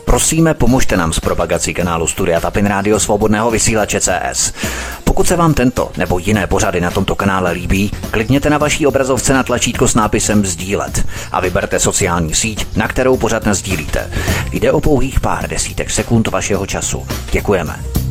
Prosíme, pomožte nám s propagací kanálu Studia Tapin Rádio Svobodného vysílače CS. Pokud se vám tento nebo jiné pořady na tomto kanále líbí, klikněte na vaší obrazovce na tlačítko s nápisem sdílet a vyberte sociální síť, na kterou pořad nasdílíte. Jde o pouhých pár desítek sekund vašeho času. Děkujeme.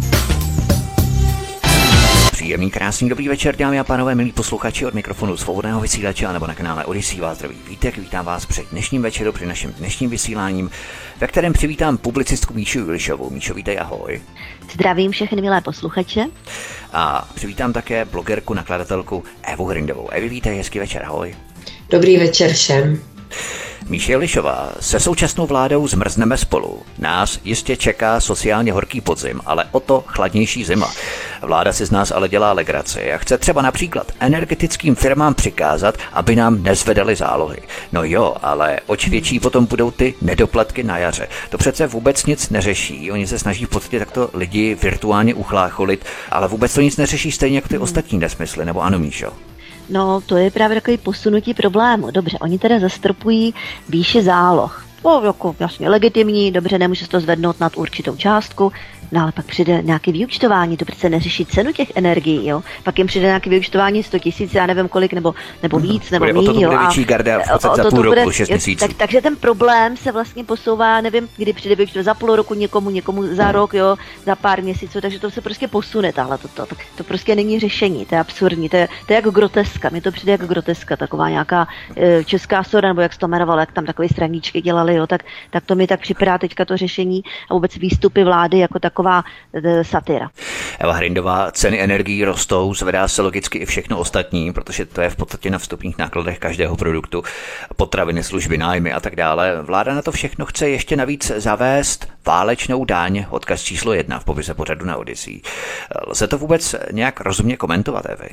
Příjemný, krásný, dobrý večer, dámy a pánové, milí posluchači, od mikrofonu Svobodného vysílače nebo na kanále Odyssey vás zdraví Vítek. Vítám vás před dnešním večeru, při našem dnešním vysíláním, ve kterém přivítám publicistku Míšu Julišovou. Míšo, vítej, ahoj. Zdravím všechny milé posluchače. A přivítám také blogerku, nakladatelku Evu Hrindovou. Evi, vítej, hezký večer, ahoj. Dobrý večer všem. Míša Julišová, se současnou vládou zmrzneme spolu. Nás jistě čeká sociálně horký podzim, ale o to chladnější zima. Vláda si z nás ale dělá legraci a chce třeba například energetickým firmám přikázat, aby nám nezvedaly zálohy. No jo, ale oč větší potom budou ty nedoplatky na jaře. To přece vůbec nic neřeší. Oni se snaží v podstatě takto lidi virtuálně uchlácholit, ale vůbec to nic neřeší, stejně jako ty ostatní nesmysly, nebo ano, Míšo? No, to je právě takový posunutí problému. Dobře, oni teda zastropují výši záloh. To jako jasně legitimní, dobře, nemůže se to zvednout nad určitou částku, no ale pak přijde nějaké vyúčtování, to přece neřeší cenu těch energií, jo. Pak jim přijde nějaké vyúčtování 100 000, já nevím kolik, nebo víc, nebo míň, jo. To bude větší garda v podstatě za půl roku, 6 měsíců. Takže ten problém se vlastně posouvá, nevím, kdy přijde vyúčtování za půl roku někomu za rok, jo, za pár měsíců, takže to se prostě posune, tahle to prostě není řešení, to je absurdní, to je jak groteska, mi to přijde jak groteska, taková nějaká česká soda, nebo jak se to jmenovalo, jak tam takové straníčky dělali, jo, tak to mi tak připadá teďka to řešení a vůbec výstupy vlády jako taková satyra. Eva Hrindová, ceny energií rostou, zvedá se logicky i všechno ostatní, protože to je v podstatě na vstupních nákladech každého produktu, potraviny, služby, nájmy a tak dále. Vláda na to všechno chce ještě navíc zavést válečnou daň, odkaz číslo 1 v popise pořadu na Odyssey. Lze to vůbec nějak rozumně komentovat, Evi?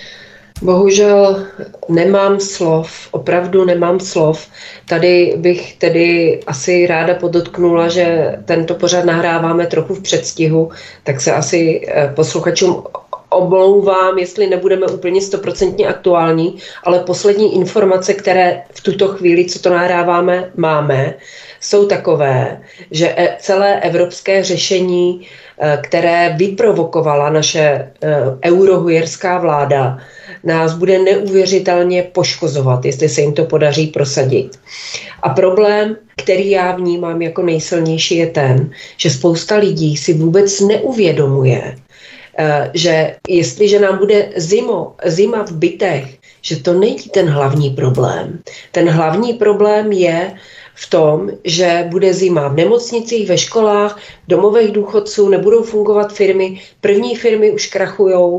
Bohužel nemám slov, opravdu nemám slov. Tady bych tedy asi ráda podotknula, že tento pořad nahráváme trochu v předstihu, tak se asi posluchačům omlouvám, jestli nebudeme úplně 100% aktuální, ale poslední informace, které v tuto chvíli, co to nahráváme, máme, jsou takové, že celé evropské řešení, které vyprovokovala naše eurohujerská vláda, nás bude neuvěřitelně poškozovat, jestli se jim to podaří prosadit. A problém, který já vnímám jako nejsilnější, je ten, že spousta lidí si vůbec neuvědomuje, že jestliže nám bude zima v bytech, že to není ten hlavní problém. Ten hlavní problém je v tom, že bude zima v nemocnicích, ve školách, v domovech důchodců, nebudou fungovat firmy, první firmy už krachujou.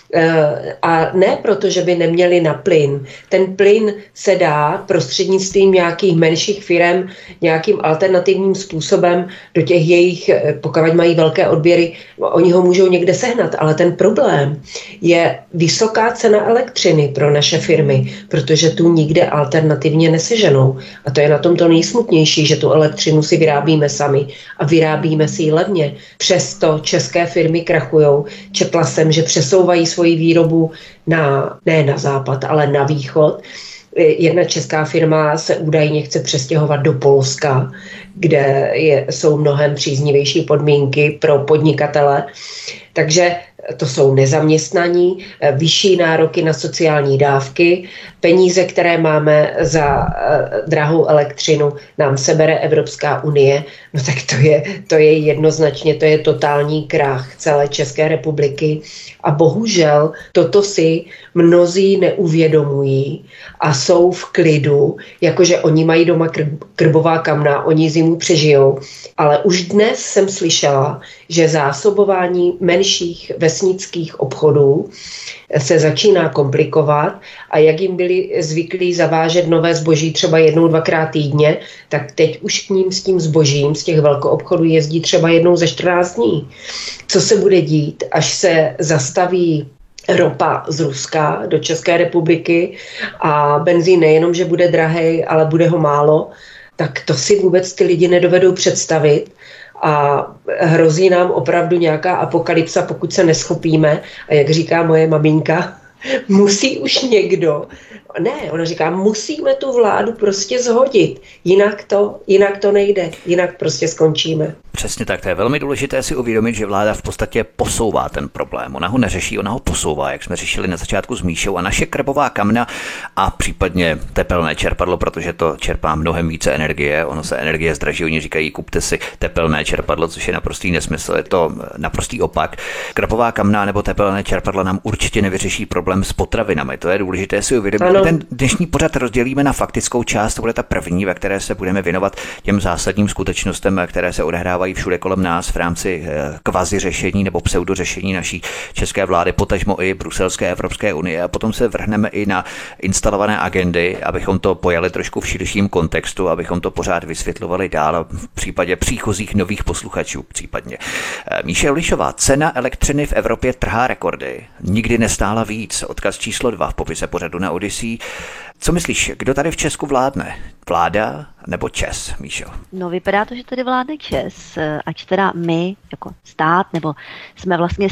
A ne proto, že by neměli na plyn. Ten plyn se dá prostřednictvím nějakých menších firem nějakým alternativním způsobem do těch jejich, pokud mají velké odběry, oni ho můžou někde sehnat, ale ten problém je vysoká cena elektřiny pro naše firmy, protože tu nikde alternativně neseženou. A to je na tom to nejsmutnější, že tu elektřinu si vyrábíme sami a vyrábíme si ji levně. Přesto české firmy krachujou. Četla jsem, že přesouvají svoji výrobu ne na západ, ale na východ. Jedna česká firma se údajně chce přestěhovat do Polska, kde jsou mnohem příznivější podmínky pro podnikatele. Takže to jsou nezaměstnaní, vyšší nároky na sociální dávky, peníze, které máme za drahou elektřinu, nám sebere Evropská unie, no tak to je jednoznačně, to je totální krach celé České republiky a bohužel toto si mnozí neuvědomují a jsou v klidu, jakože oni mají doma krbová kamna, oni zimu přežijou, ale už dnes jsem slyšela, že zásobování menších vesnických obchodů se začíná komplikovat a jak jim byli zvyklí zavážet nové zboží třeba 1-2krát týdně, tak teď už k ním s tím zbožím z těch velkoobchodů jezdí třeba 1 za 14 dní. Co se bude dít, až se zastaví ropa z Ruska do České republiky a benzín nejenom, že bude drahej, ale bude ho málo, tak to si vůbec ty lidi nedovedou představit. A hrozí nám opravdu nějaká apokalypsa, pokud se neschopíme. A jak říká moje maminka, Musí už někdo. Ne, ona říká, musíme tu vládu prostě zhodit, jinak to nejde, jinak prostě skončíme. Přesně tak, to je velmi důležité si uvědomit, že vláda v podstatě posouvá ten problém. Ona ho neřeší, ona ho posouvá, jak jsme řešili na začátku s Míšou, a naše krbová kamna a případně tepelné čerpadlo, protože to čerpá mnohem více energie, ono se energie zdraží, oni říkají, kupte si tepelné čerpadlo, což je naprostý nesmysl, je to naprostý opak. Krbová kamna nebo tepelné čerpadlo nám určitě nevyřeší problém s potravinami, to je důležité si uvědomit. Ano. Ten dnešní pořad rozdělíme na faktickou část, to bude ta první, ve které se budeme věnovat těm zásadním skutečnostem, které se odehrávají všude kolem nás v rámci kvazi řešení nebo pseudo řešení naší české vlády, potažmo i bruselské Evropské unie, a potom se vrhneme i na instalované agendy, abychom to pojali trošku v širším kontextu, abychom to pořád vysvětlovali dál v případě příchozích nových posluchačů případně. Míša Julišová, cena elektřiny v Evropě trhá rekordy. Nikdy nestála víc. Odkaz číslo 2 v popise pořadu na Odyssey. Co myslíš, kdo tady v Česku vládne? Vláda nebo ČEZ, Míšo? No, vypadá to, že tady vládne ČEZ, ať teda my jako stát, nebo jsme vlastně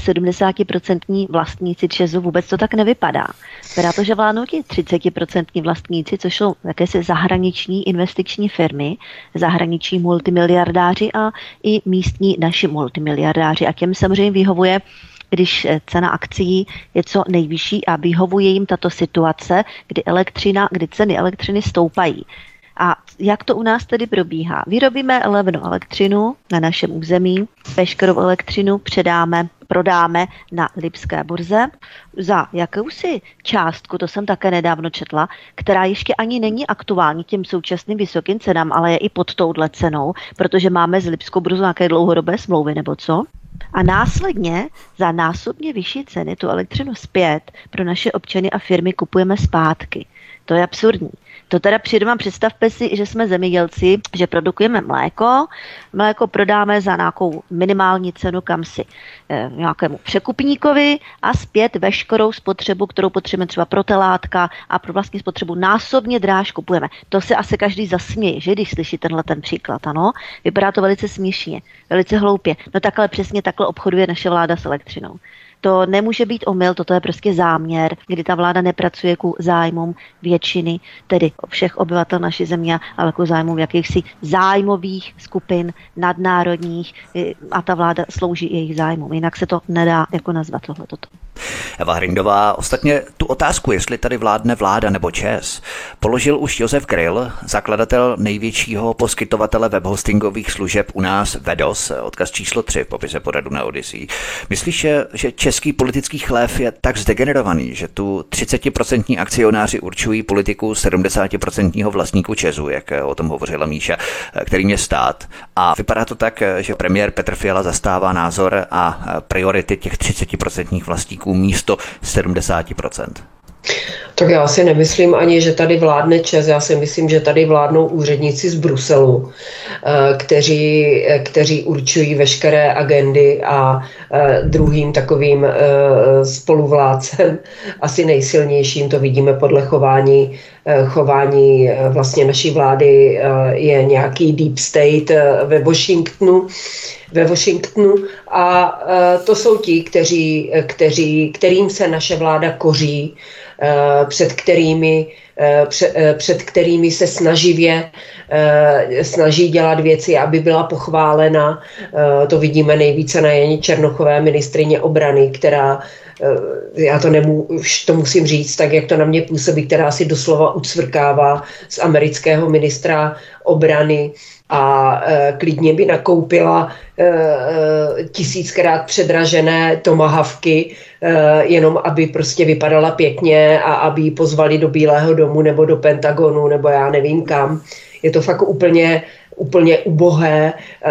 70% vlastníci ČEZu, vůbec to tak nevypadá. Vypadá to, že vládnou ti 30% vlastníci, což jsou jakési zahraniční investiční firmy, zahraniční multimiliardáři a i místní naši multimiliardáři. A těm samozřejmě vyhovuje, když cena akcií je co nejvyšší, a vyhovuje jim tato situace, kdy ceny elektřiny stoupají. A jak to u nás tedy probíhá? Vyrobíme levnou elektřinu na našem území, veškerou elektřinu prodáme na lipské burze za jakousi částku, to jsem také nedávno četla, která ještě ani není aktuální těm současným vysokým cenám, ale je i pod touhle cenou, protože máme z lipskou burzu nějaké dlouhodobé smlouvy nebo co? A následně za násobně vyšší ceny tu elektřinu zpět pro naše občany a firmy kupujeme zpátky. To je absurdní. To teda přijdeme, představte si, že jsme zemědělci, že produkujeme mléko prodáme za nějakou minimální cenu kamsi nějakému překupníkovi a zpět veškerou spotřebu, kterou potřebujeme třeba pro telátka a pro vlastní spotřebu násobně dráž kupujeme. To se asi každý zasměje, že když slyší ten příklad, ano? Vypadá to velice směšně, velice hloupě. No takhle přesně takhle obchoduje naše vláda s elektřinou. To nemůže být omyl, toto je prostě záměr, kdy ta vláda nepracuje ku zájmům většiny, tedy všech obyvatel naší země, ale ku zájmům jakýchsi zájmových skupin nadnárodních, a ta vláda slouží jejich zájmům. Jinak se to nedá jako nazvat tohleto. Eva Hrindová, ostatně tu otázku, jestli tady vládne vláda nebo ČEZ, položil už Josef Kryl, zakladatel největšího poskytovatele webhostingových služeb u nás Vedos, odkaz číslo 3 v popise pořadu na Odyssey. Myslíš, že český politický chlév je tak zdegenerovaný, že tu 30% akcionáři určují politiku 70% vlastníku ČEZu, jak o tom hovořila Míša, kterým je stát, a vypadá to tak, že premiér Petr Fiala zastává názor a priority těch 30% vlastníků místo 70%. Tak já si nemyslím ani, že tady vládne ČEZ, já si myslím, že tady vládnou úředníci z Bruselu, kteří určují veškeré agendy, a druhým takovým spoluvládcem, asi nejsilnějším, to vidíme podle chování vlastně naší vlády, je nějaký deep state ve Washingtonu, a to jsou ti, kterým se naše vláda koří, před kterými se snaží dělat věci, aby byla pochválena. To vidíme nejvíce na Janě Černochové, ministryně obrany, která, já to musím říct, tak jak to na mě působí, která si doslova ucvrkává z amerického ministra obrany, a klidně by nakoupila 1000krát předražené tomahawky, jenom aby prostě vypadala pěkně a aby ji pozvali do Bílého domu nebo do Pentagonu nebo já nevím kam. Je to fakt úplně ubohé.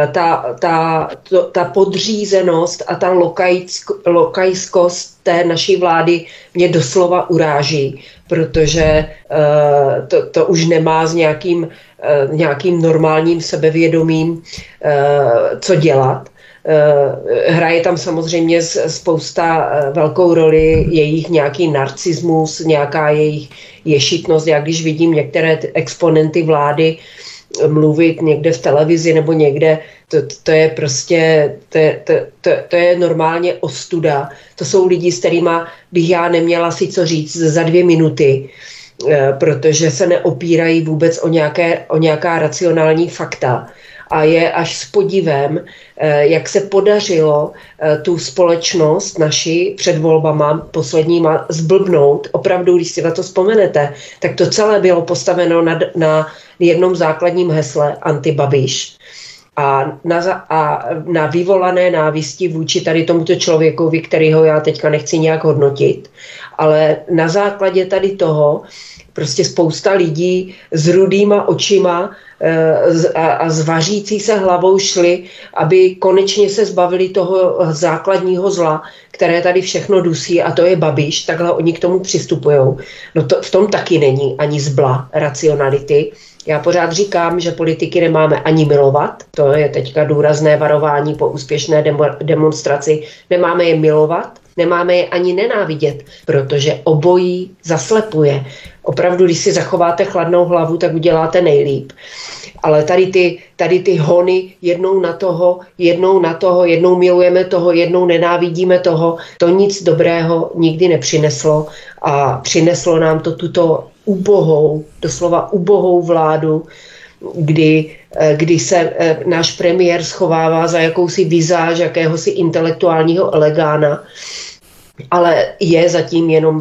Ta podřízenost a ta lokajskost té naší vlády mě doslova uráží, protože to už nemá s nějakým normálním sebevědomím co dělat. Hraje tam samozřejmě velkou roli jejich nějaký narcismus, nějaká jejich ješitnost. Já když vidím některé exponenty vlády, mluvit někde v televizi nebo někde, to je prostě, to je normálně ostuda. To jsou lidi, s kterými bych já neměla si co říct za 2 minuty, protože se neopírají vůbec o nějaká racionální fakta. A je až s podivem, jak se podařilo tu společnost naši před volbama posledníma zblbnout. Opravdu, když si na to vzpomenete, tak to celé bylo postaveno na jednom základním hesle anti-Babiš. A na vyvolané návisti vůči tady tomuto člověkovi, kterýho já teďka nechci nějak hodnotit, ale na základě tady toho prostě spousta lidí s rudýma očima a s vařící se hlavou šli, aby konečně se zbavili toho základního zla, které tady všechno dusí, a to je Babiš. Takhle oni k tomu přistupujou. No v tom taky není ani zbla racionality. Já pořád říkám, že politiky nemáme ani milovat, to je teďka důrazné varování po úspěšné demonstraci, nemáme je milovat, nemáme je ani nenávidět, protože obojí zaslepuje. Opravdu, když si zachováte chladnou hlavu, tak uděláte nejlíp. Ale tady ty hony jednou na toho, jednou milujeme toho, jednou nenávidíme toho, to nic dobrého nikdy nepřineslo a přineslo nám to tuto doslova ubohou vládu, kdy se náš premiér schovává za jakousi vizáž jakéhosi intelektuálního elegána, ale je zatím jenom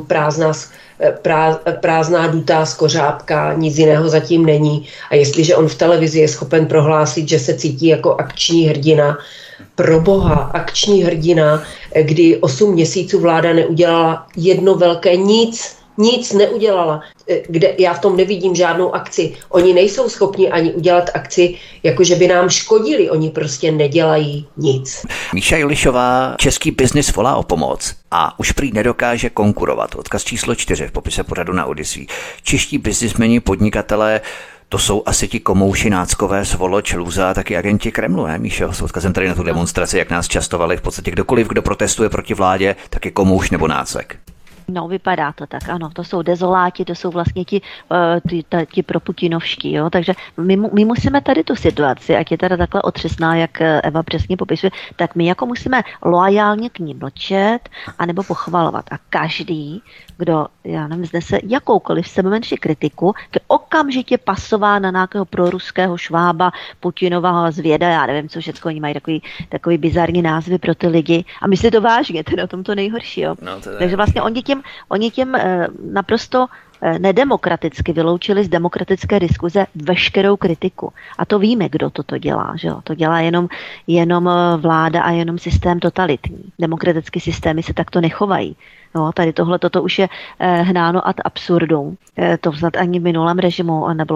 prázdná dutá skořápka, nic jiného zatím není. A jestliže on v televizi je schopen prohlásit, že se cítí jako akční hrdina, proboha, akční hrdina, kdy 8 měsíců vláda neudělala jedno velké nic neudělala, kde já v tom nevidím žádnou akci. Oni nejsou schopni ani udělat akci, jakože by nám škodili, oni prostě nedělají nic. Míša Julišová, český biznis volá o pomoc a už prý nedokáže konkurovat. Odkaz číslo 4 v popise pořadu na Odyssey. Čeští biznismeni, podnikatelé, to jsou asi ti komouši, náckové, svoloč, lůza a taky agenti Kremlu, ne, Míšo? S odkazem tady na tu demonstraci, jak nás častovali, v podstatě kdokoliv, kdo protestuje proti vládě, tak je komouš nebo nácek. No, vypadá to tak, ano, to jsou dezoláti, to jsou vlastně ti proputinovští, jo, takže my musíme tady tu situaci, ať je teda takhle otřesná, jak Eva přesně popisuje, tak my jako musíme loajálně k ní mlčet, anebo pochvalovat. A každý, kdo, já nevím, znese jakoukoliv sebemenší kritiku, je okamžitě pasová na nějakého proruského švába, Putinova zvěda, já nevím, co všechno, oni mají takový bizarní názvy pro ty lidi. A myslí to vážně, to je na tom to nejhorší, jo. No, takže vlastně oni tím naprosto nedemokraticky vyloučili z demokratické diskuze veškerou kritiku. A to víme, kdo toto dělá. Že jo? To dělá jenom vláda a jenom systém totalitní. Demokratické systémy se takto nechovají. No, tady toto už je hnáno ad absurdum. To vzad ani v minulém režimu nebylo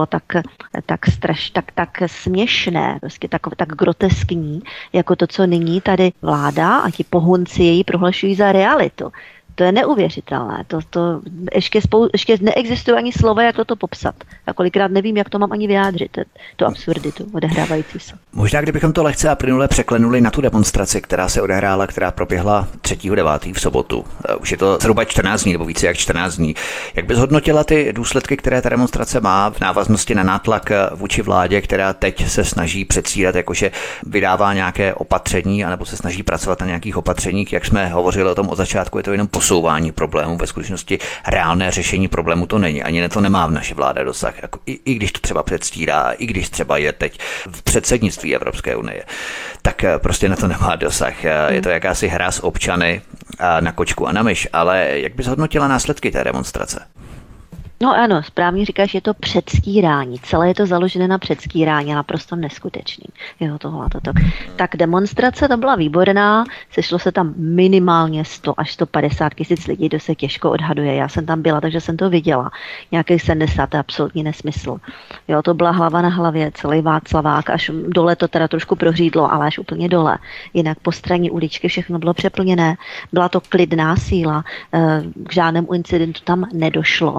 tak směšné, prostě tak groteskní, jako to, co nyní tady vláda a ti pohunci její prohlašují za realitu. To je neuvěřitelné. To ještě neexistuje ani slova, jak to popsat. A kolikrát nevím, jak to mám ani vyjádřit, to absurditu odehrávající se. Možná, kdybychom to lehce a plynule překlenuli na tu demonstraci, která se odehrála, která proběhla 3.9. v sobotu. Už je to zhruba 14 dní, nebo více jak 14 dní. Jak bys hodnotila ty důsledky, které ta demonstrace má v návaznosti na nátlak vůči vládě, která teď se snaží předstírat, jakože vydává nějaké opatření, anebo se snaží pracovat na nějakých opatřeních, jak jsme hovořili o tom od začátku, je to jenom posouvání problémů, ve skutečnosti reálné řešení problému to není. Ani to nemá v naše vláda dosah. Jako i když to třeba předstírá, i když třeba je teď v předsednictví Evropské unie, tak prostě na to nemá dosah. Je to jakási hra s občany na kočku a na myš. Ale jak bys hodnotila následky té demonstrace? No ano, správně říkáš, je to předstírání. Celé je to založené na předstírání a naprosto neskutečný. Jo, tohleto. Tak demonstrace, to byla výborná, sešlo se tam minimálně 100 až 150 tisíc lidí, to se těžko odhaduje. Já jsem tam byla, takže jsem to viděla. Nějakých 70, to je absolutní nesmysl. Jo, to byla hlava na hlavě, celý Václavák, až dole to teda trošku prohřídlo, ale až úplně dole. Jinak po straně uličky všechno bylo přeplněné, byla to klidná síla, k žádnému incidentu tam nedošlo.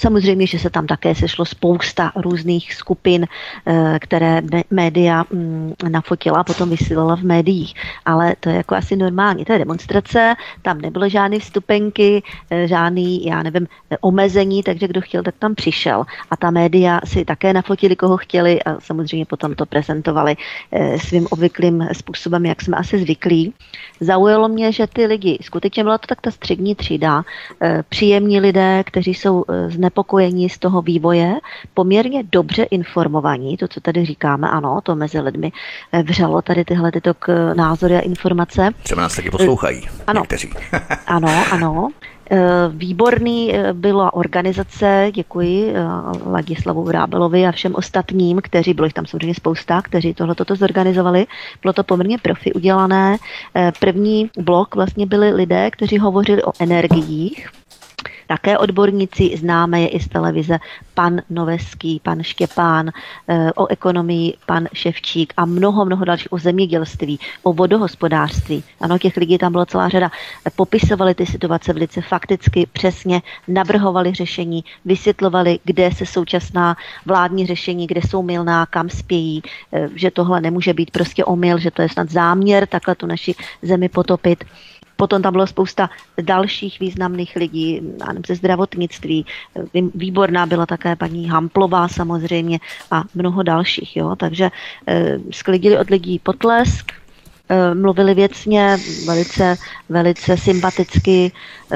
Samozřejmě, že se tam také sešlo spousta různých skupin, které média nafotila a potom vysílala v médiích. Ale to je jako asi normální. To je demonstrace, tam nebyly žádné vstupenky, žádný, já nevím, omezení, takže kdo chtěl, tak tam přišel. A ta média si také nafotili, koho chtěli a samozřejmě potom to prezentovali svým obvyklým způsobem, jak jsme asi zvyklí. Zaujalo mě, že ty lidi, skutečně byla to tak ta střední třída, příjemní lidé, kteří jsou znepokojení z toho vývoje, poměrně dobře informovaní, to, co tady říkáme, ano, to mezi lidmi vřelo tady tyhle názory a informace. Třeba nás taky poslouchají ano. Někteří. Ano. Výborný byla organizace, děkuji Ladislavu Vrábelovi a všem ostatním, kteří, bylo jich tam samozřejmě spousta, kteří tohleto zorganizovali. Bylo to poměrně profi udělané. První blok vlastně byli lidé, kteří hovořili o energiích, také odborníci, známe je i z televize, pan Noveský, pan Štěpán, o ekonomii pan Ševčík a mnoho dalších, o zemědělství, o vodohospodářství. Ano, těch lidí tam bylo celá řada. Popisovali ty situace velice fakticky, přesně, navrhovali řešení, vysvětlovali, kde se současná vládní řešení, kde jsou mylná, kam spějí, že tohle nemůže být prostě omyl, že to je snad záměr takhle tu naši zemi potopit. Potom tam bylo spousta dalších významných lidí ze zdravotnictví. Výborná byla také paní Hamplová samozřejmě a mnoho dalších. Jo? Takže sklidili od lidí potlesk, mluvili věcně, velice sympaticky.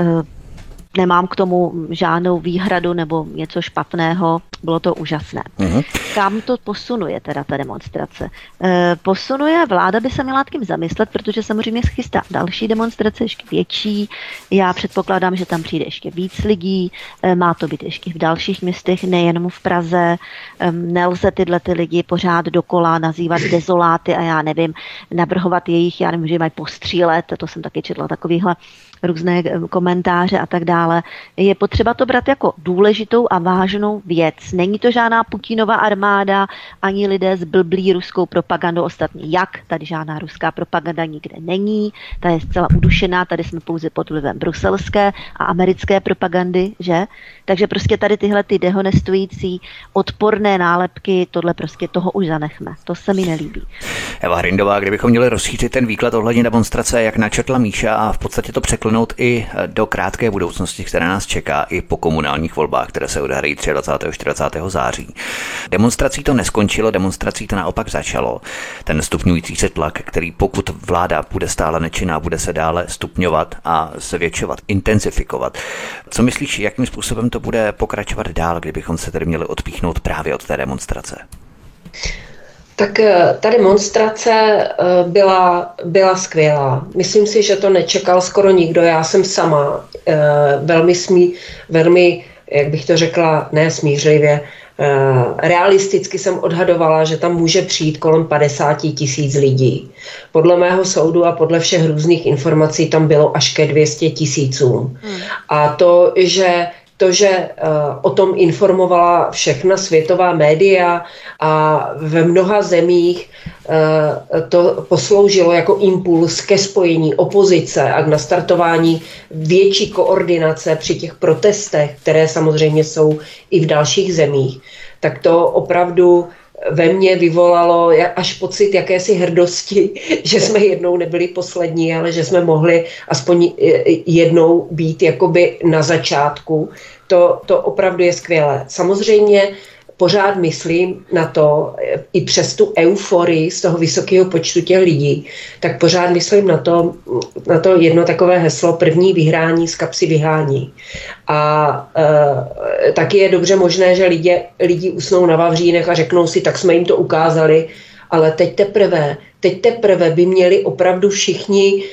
Nemám k tomu žádnou výhradu nebo něco špatného, bylo to úžasné. Kam to posunuje teda ta demonstrace? Posunuje, vláda by se měla tím zamyslet, protože samozřejmě schystá další demonstrace, ještě větší. Já předpokládám, že tam přijde ještě víc lidí, má to být ještě v dalších městech, nejenom v Praze. Nelze tyhle ty lidi pořád dokola nazývat dezoláty a já nevím, navrhovat jejich, já nevím, že mají postřílet, to jsem taky četla takovýhle různé komentáře a tak dále. Je potřeba to brát jako důležitou a vážnou věc. Není to žádná Putinova armáda, ani lidé zblblí ruskou propagandou ostatní. Jak? Tady žádná ruská propaganda nikde není, ta je zcela udušená, tady jsme pouze pod vlivem bruselské a americké propagandy, že? Takže prostě tady tyhle ty dehonestující odporné nálepky, tohle prostě toho už zanechme. To se mi nelíbí. Eva Hrindová, kdybychom měli rozšířit ten výklad ohledně demonstrace, jak načetla Míša a v podstatě to překlenout i do krátké budoucnosti, která nás čeká i po komunálních volbách, které se odehrají 23. 24. září. Demonstrací to neskončilo, demonstrací to naopak začalo. Ten stupňující se tlak, který pokud vláda bude stále nečinná, bude se dále stupňovat a zvětšovat, intenzifikovat. Co myslíš, jakým způsobem to bude pokračovat dál, kdybychom se tedy měli odpíchnout právě od té demonstrace? Tak ta demonstrace byla skvělá. Myslím si, že to nečekal skoro nikdo. Já jsem sama velmi, jak bych to řekla, ne smířlivě, realisticky jsem odhadovala, že tam může přijít kolem 50 000 lidí. Podle mého soudu a podle všech různých informací tam bylo až ke 200 000. A to, že o tom informovala všechna světová média a ve mnoha zemích to posloužilo jako impuls ke spojení opozice a k nastartování větší koordinace při těch protestech, které samozřejmě jsou i v dalších zemích, tak to opravdu ve mně vyvolalo až pocit jakési hrdosti, že jsme jednou nebyli poslední, ale že jsme mohli aspoň jednou být jakoby na začátku. To opravdu je skvělé. Samozřejmě pořád myslím na to, i přes tu euforii z toho vysokého počtu těch lidí, tak pořád myslím na to jedno takové heslo: první vyhrání z kapsy vyhání. A taky je dobře možné, že lidi usnou na vavřínech a řeknou si, tak jsme jim to ukázali, ale teď teprve by měli opravdu všichni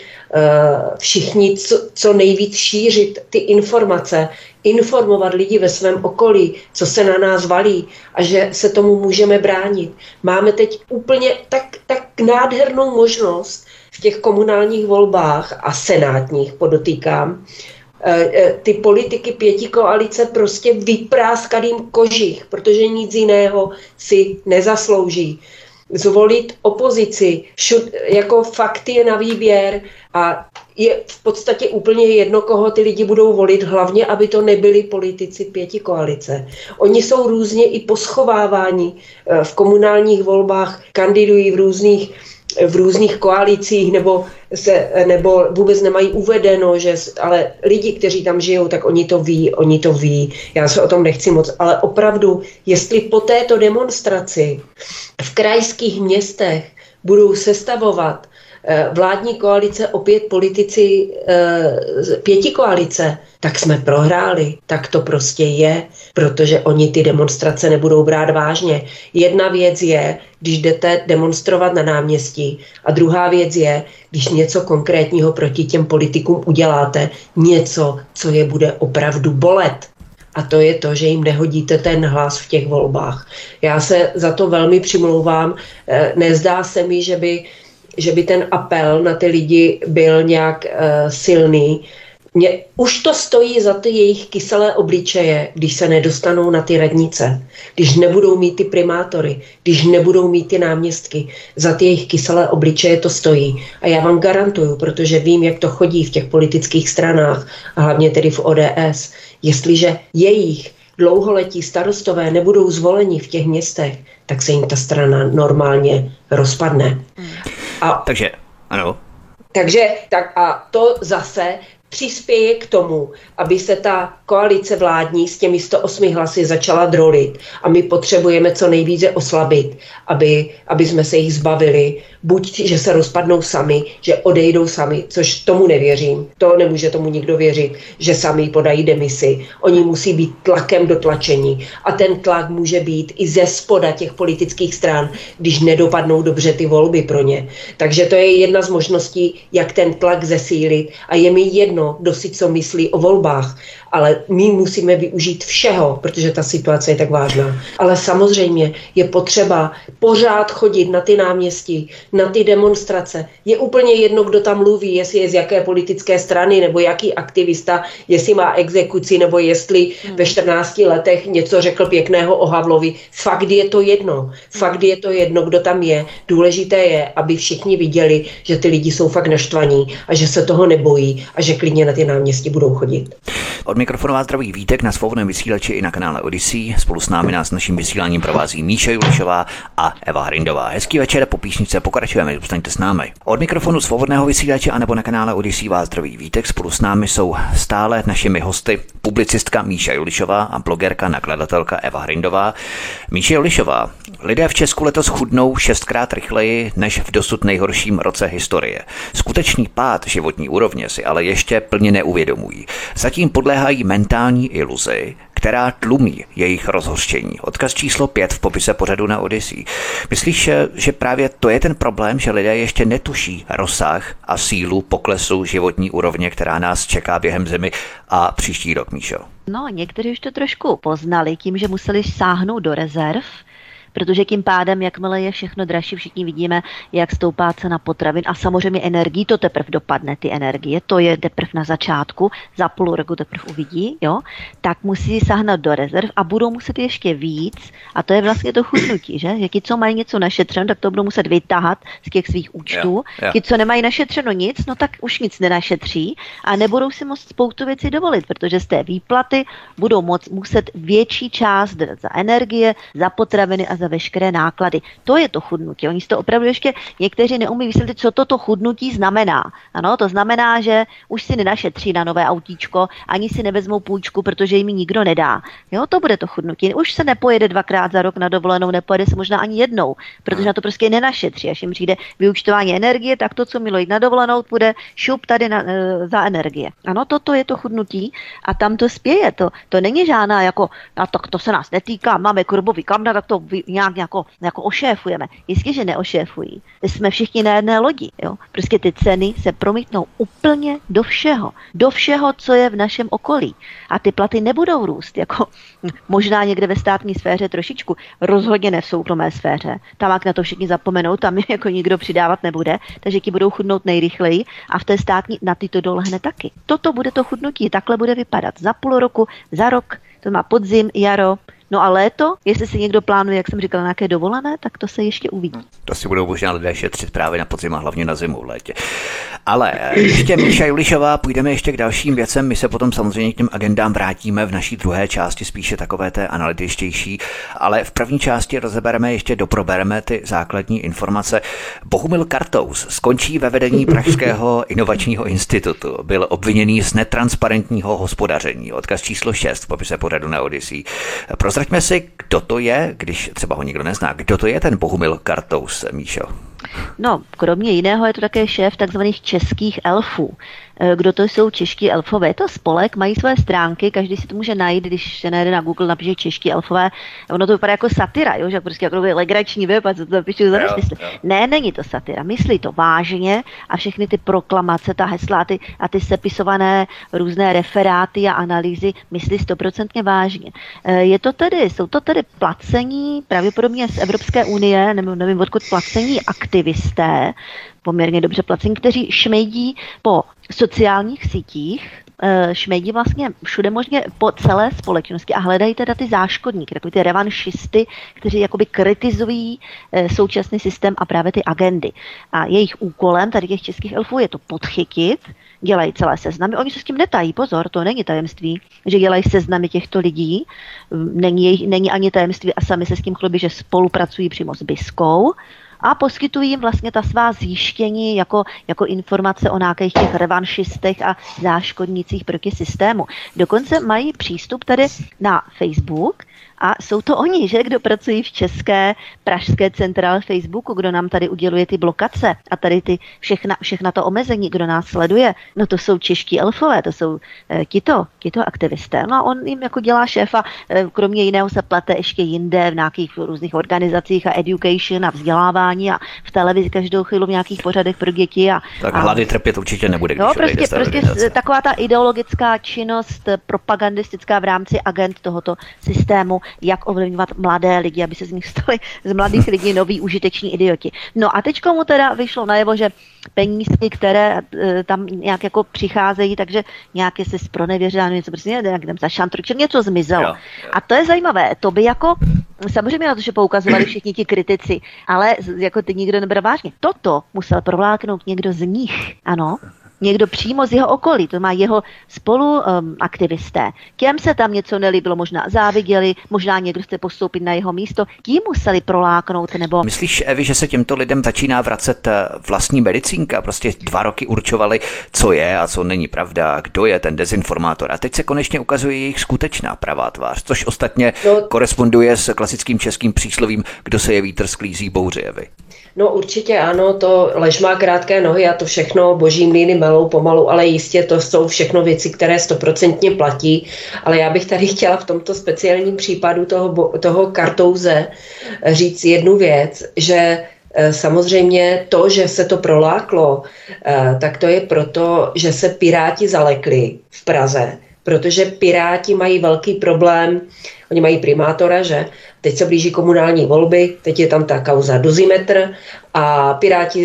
co nejvíc šířit ty informace, informovat lidi ve svém okolí, co se na nás valí a že se tomu můžeme bránit. Máme teď úplně tak nádhernou možnost v těch komunálních volbách a senátních, podotýkám, ty politiky pětikoalice prostě vypráskat jim kožich, protože nic jiného si nezaslouží. zvolit opozici. Jako fakt je na výběr a je v podstatě úplně jedno, koho ty lidi budou volit, hlavně, aby to nebyli politici pětikoalice. Oni jsou různě i poschováváni v komunálních volbách, kandidují v různých koalicích nebo vůbec nemají uvedeno, ale lidi, kteří tam žijou, tak oni to ví. Já se o tom nechci moc, ale opravdu, jestli po této demonstraci v krajských městech budou sestavovat vládní koalice opět politici pětikoalice, tak jsme prohráli. Tak to prostě je, protože oni ty demonstrace nebudou brát vážně. Jedna věc je, když jdete demonstrovat na náměstí a druhá věc je, když něco konkrétního proti těm politikům uděláte, něco, co je bude opravdu bolet. A to je to, že jim nehodíte ten hlas v těch volbách. Já se za to velmi přimlouvám. Nezdá se mi, že by ten apel na ty lidi byl nějak silný. Už to stojí za ty jejich kyselé obličeje, když se nedostanou na ty radnice, když nebudou mít ty primátory, když nebudou mít ty náměstky. Za ty jejich kyselé obličeje to stojí. A já vám garantuju, protože vím, jak to chodí v těch politických stranách, a hlavně tedy v ODS, jestliže jejich dlouholetí starostové nebudou zvoleni v těch městech, tak se jim ta strana normálně rozpadne. Takže, ano. Takže a to zase přispěje k tomu, aby se ta koalice vládní s těmi 108 hlasy začala drolit a my potřebujeme co nejvíce oslabit, aby jsme se jich zbavili. Buď, že se rozpadnou sami, že odejdou sami, což tomu nevěřím. To nemůže tomu nikdo věřit, že sami podají demisi. Oni musí být tlakem dotlačení. A ten tlak může být i ze spoda těch politických stran, když nedopadnou dobře ty volby pro ně. Takže to je jedna z možností, jak ten tlak zesílit. A je mi jedno, kdo si co myslí o volbách. Ale my musíme využít všeho, protože ta situace je tak vážná. Ale samozřejmě je potřeba pořád chodit na ty náměstí, na ty demonstrace. Je úplně jedno, kdo tam mluví, jestli je z jaké politické strany, nebo jaký aktivista, jestli má exekuci, nebo jestli ve 14 letech něco řekl pěkného o Havlovi. Fakt je to jedno. Fakt je to jedno, kdo tam je. Důležité je, aby všichni viděli, že ty lidi jsou fakt naštvaní a že se toho nebojí a že klidně na ty náměstí budou chodit. Od mikrofonu vás zdraví Vítek na Svobodném vysílači i na kanále Odyssey. Spolu s námi nás naším vysíláním provází Míša Julišová a Eva Hrindová. Hezký večer, po píšničce pokračujeme, zůstaňte s námi. Od mikrofonu Svobodného vysílače a nebo na kanále Odyssey vás zdraví Vítek. Spolu s námi jsou stále našimi hosty publicistka Míša Julišová a blogerka, nakladatelka Eva Hrindová. Míša Julišová, lidé v Česku letos chudnou 6krát rychleji než v dosud nejhorším roce historie. Skutečný pád životní úrovně si ale ještě plně neuvědomují. Zatím podléhají mentální iluzi, která tlumí jejich rozhořčení. Odkaz číslo 5 v popise pořadu na Odyssey. Myslíš, že právě to je ten problém, že lidé ještě netuší rozsah a sílu poklesu životní úrovně, která nás čeká během zimy a příští rok, Míšo? No, někteří už to trošku poznali tím, že museli sáhnout do rezerv, protože tím pádem, jakmile je všechno dražší, všichni vidíme, jak stoupá cena potravin a samozřejmě energii, to teprve dopadne, ty energie, to je teprve na začátku, za půl roku teprve uvidí, jo, tak musí sáhnout do rezerv a budou muset ještě víc a to je vlastně to chudnutí, že ti, co mají něco našetřeno, tak to budou muset vytáhat z těch svých účtů, ti, co nemají našetřeno nic, no tak už nic nenašetří a nebudou si moct spoustu věcí dovolit, protože z té výplaty budou muset větší část za energie, za potraviny a za veškeré náklady. To je to chudnutí. Oni si to opravdu ještě někteří neumí vysvětlit, co toto chudnutí znamená. Ano, to znamená, že už si nenašetří na nové autíčko, ani si nevezmou půjčku, protože jim nikdo nedá. Jo, to bude to chudnutí. Už se nepojede 2krát za rok na dovolenou, nepojede se možná ani jednou, protože na to prostě nenašetří. Až jim přijde vyúčtování energie, tak to, co mělo jít na dovolenou, bude šup tady za energie. Ano, toto je to chudnutí a tam to spěje. To není žádná jako, tak to se nás netýká, máme kurbový kamna, tak to nějak jako ošéfujeme. Jistě, že neošéfují. Jsme všichni na jedné lodi. Jo? Prostě ty ceny se promítnou úplně do všeho. Do všeho, co je v našem okolí. A ty platy nebudou růst. Jako možná někde ve státní sféře trošičku. Rozhodně ne v soukromé sféře. Tam, jak na to všichni zapomenou, tam jako nikdo přidávat nebude. Takže ti budou chudnout nejrychleji. A v té státní na ty to dolehne taky. Toto bude to chudnutí. Takhle bude vypadat. Za půl roku, za rok. To má podzim, jaro. No a léto, jestli si někdo plánuje, jak jsem říkala, nějaké dovolené, tak to se ještě uvidí. To si budou možná lidé šetřit právě na podzim a hlavně na zimu v létě. Ale ještě Míša Julišová, půjdeme ještě k dalším věcem. My se potom samozřejmě k těm agendám vrátíme v naší druhé části, spíše takové té analytičtější, ale v první části rozebereme, ještě doprobereme ty základní informace. Bohumil Kartous skončí ve vedení Pražského inovačního institutu. Byl obviněný z netransparentního hospodaření. Odkaz číslo 6 v popise pořadu na Odyssey. Prozraďme si, kdo to je, když třeba ho nikdo nezná. Kdo to je ten Bohumil Kartous, Míšo? No, kromě jiného je to také šéf takzvaných českých elfů. Kdo to jsou čeští elfové? Je to spolek, mají své stránky, každý si to může najít, když se najde na Google, napíše čeští elfové. Ono to vypadá jako satira, jo? Že prostě jako legrační web a co to napíšu za nesmysl. Ne, není to satira, myslí to vážně a všechny ty proklamace, ta hesla a ty sepisované různé referáty a analýzy myslí 100% vážně. Jsou to tedy placení, pravděpodobně z Evropské unie, nebo nevím odkud placení aktivisté, poměrně dobře placení, kteří šmejdí po sociálních sítích, šmejdí vlastně všude možně po celé společnosti a hledají teda ty záškodníky, takový ty revanšisty, kteří jakoby kritizují současný systém a právě ty agendy. A jejich úkolem tady těch českých elfů je to podchytit, dělají celé seznamy. Oni se s tím netají, pozor, to není tajemství, že dělají seznamy těchto lidí, není ani tajemství a sami se s tím chlubí, že spolupracují přímo s BISkou, a poskytují jim vlastně ta svá zjištění jako informace o nějakých těch revanšistech a záškodnících proti systému. Dokonce mají přístup tady na Facebook a jsou to oni, že, kdo pracují v české pražské centrále Facebooku, kdo nám tady uděluje ty blokace a tady ty všechna to omezení, kdo nás sleduje. No to jsou čeští elfové, to jsou tito aktivisté. No a on jim jako dělá šéfa, kromě jiného se plete ještě jinde v nějakých různých organizacích a education a vzdělávání a v televizi každou chvíli v nějakých pořadech pro děti. Tak hlady trpět určitě nebude, když prostě taková ta ideologická činnost propagandistická v rámci agent tohoto systému, jak ovlivňovat mladé lidi, aby se z nich stali z mladých lidí noví užiteční idioti. No a teďko mu teda vyšlo najevo, že penízky, které tam nějak jako přicházejí, takže nějaké se zpronevěřila, něco prostě nějak tam zašantročil, něco zmizelo. Jo. A to je zajímavé, to by jako samozřejmě na to, že poukazovali všichni ti kritici, ale jako ty nikdo nebere vážně. Toto musel provláknout někdo z nich, ano. Někdo přímo z jeho okolí, to má jeho spoluaktivisté. Těm se tam něco nelíbilo, možná záviděli, možná někdo chce postoupit na jeho místo, tím museli proláknout, nebo... Myslíš, Evi, že se těmto lidem začíná vracet vlastní medicínka? Prostě 2 roky určovali, co je a co není pravda, kdo je ten dezinformátor. A teď se konečně ukazuje jejich skutečná pravá tvář, což ostatně koresponduje s klasickým českým příslovím, kdo se je vítr sklízí bouři, Evi. No určitě ano, to lež má krátké nohy a to všechno boží mlýny melou pomalu, ale jistě to jsou všechno věci, které 100% platí. Ale já bych tady chtěla v tomto speciálním případu toho Kartouze říct jednu věc, že samozřejmě to, že se to proláklo, tak to je proto, že se Piráti zalekli v Praze, protože Piráti mají velký problém, oni mají primátora, že? Teď se blíží komunální volby, teď je tam ta kauza Dozimetr a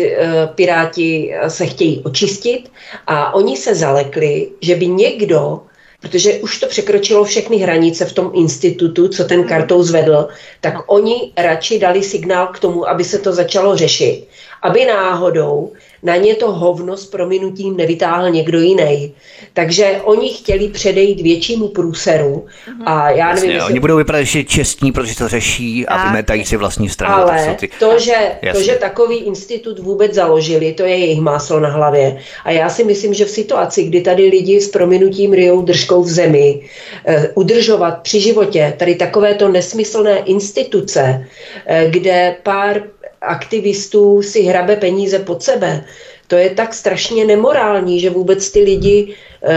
Piráti se chtějí očistit a oni se zalekli, že by někdo, protože už to překročilo všechny hranice v tom institutu, co ten Kartous vedl, tak oni radši dali signál k tomu, aby se to začalo řešit. Aby náhodou na ně to hovno s prominutím nevytáhl někdo jiný. Takže oni chtěli předejít většímu průseru a já nevím, jasně, oni budou vypadat ještě čestní, protože to řeší a vymetají si vlastní stranu. Ale to, že takový institut vůbec založili, to je jejich máslo na hlavě. A já si myslím, že v situaci, kdy tady lidi s prominutím ryjou držkou v zemi, udržovat při životě tady takovéto nesmyslné instituce, kde pár aktivistů si hrabe peníze pod sebe. To je tak strašně nemorální, že vůbec ty lidi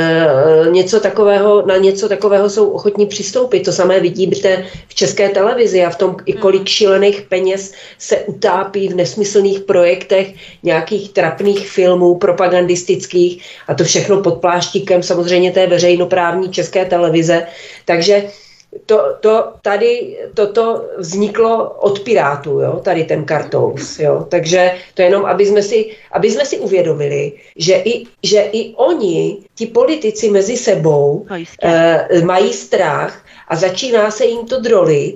na něco takového jsou ochotní přistoupit. To samé vidíte v České televizi a v tom, i kolik šílených peněz se utápí v nesmyslných projektech, nějakých trapných filmů propagandistických a to všechno pod pláštíkem samozřejmě té veřejnoprávní České televize. Takže toto vzniklo od Pirátů, jo, tady ten kartous, jo, takže to jenom, aby jsme si uvědomili, že i oni, ti politici mezi sebou mají strach a začíná se jim to drolit,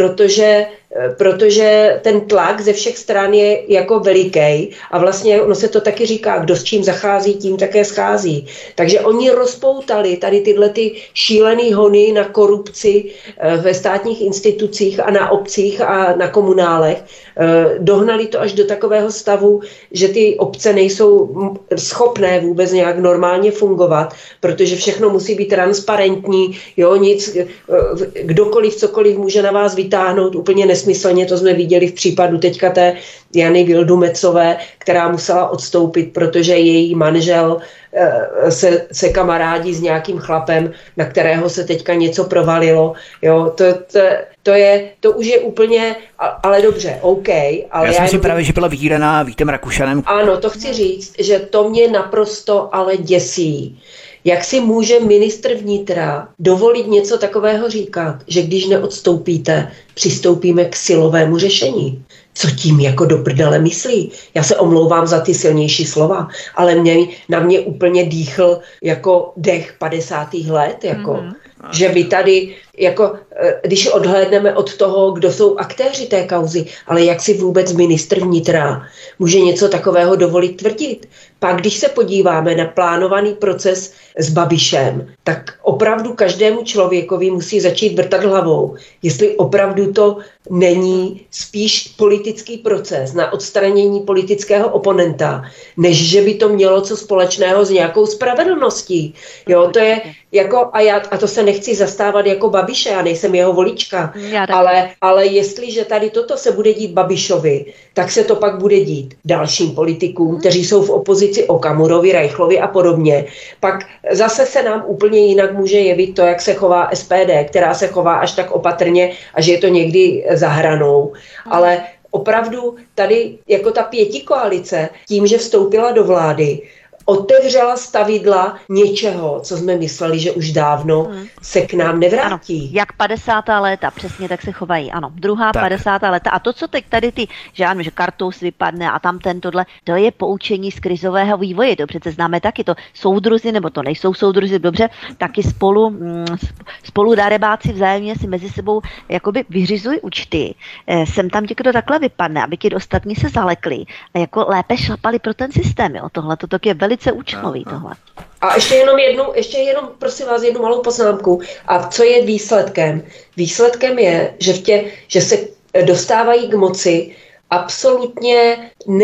protože ten tlak ze všech stran je jako veliký a vlastně ono se to taky říká, kdo s čím zachází, tím také schází. Takže oni rozpoutali tady tyhle ty šílený hony na korupci ve státních institucích a na obcích a na komunálech. Dohnali to až do takového stavu, že ty obce nejsou schopné vůbec nějak normálně fungovat, protože všechno musí být transparentní, jo, kdokoliv, cokoliv může na vás vytáhnout úplně nesmyslně, to jsme viděli v případu teďka té Jany Vildumecové, která musela odstoupit, protože její manžel se kamarádí s nějakým chlapem, na kterého se teďka něco provalilo. Jo, to už je úplně, ale dobře, OK. Ale já jsem si právě, že byla vydíraná Vítem Rakušanem. Ano, to chci říct, že to mě naprosto ale děsí. Jak si může ministr vnitra dovolit něco takového říkat, že když neodstoupíte, přistoupíme k silovému řešení? Co tím jako do prdele myslí? Já se omlouvám za ty silnější slova, ale na mě úplně dýchl jako dech 50. let, jako, že by tady, jako, když odhlédneme od toho, kdo jsou aktéři té kauzy, ale jak si vůbec ministr vnitra může něco takového dovolit tvrdit? Pak, když se podíváme na plánovaný proces s Babišem, tak opravdu každému člověkovi musí začít vrtat hlavou, jestli opravdu to není spíš politický proces na odstranění politického oponenta, než že by to mělo co společného s nějakou spravedlností. Jo, to je jako, a to se nechci zastávat jako Babiše, já nejsem jeho volička, ale jestliže tady toto se bude dít Babišovi, tak se to pak bude dít dalším politikům, kteří jsou v opozici Okamurovi, Reichlovi a podobně. Pak zase se nám úplně jinak může jevit to, jak se chová SPD, která se chová až tak opatrně a že je to někdy za hranou. Ale opravdu tady jako ta pětikoalice, tím, že vstoupila do vlády, otevřela stavidla něčeho, co jsme mysleli, že už dávno se k nám nevrátí. Ano, jak 50. léta, přesně tak se chovají, ano. Druhá tak. 50. léta. A to, co teď tady že kartous vypadne a tam tohle, to je poučení z krizového vývoje. To přece známe taky, to soudruzi, nebo to nejsou soudruzi, dobře, taky spolu darebáci vzájemně si mezi sebou jakoby vyřizují účty. Sem tam ti, kdo takhle vypadne, aby ti ostatní se zalekli a jako lépe šlapali pro ten systém, jo. Tohle to je velice účelový tohle. A ještě jenom prosím vás jednu malou poznámku. A co je výsledkem? Výsledkem je, že se dostávají k moci absolutně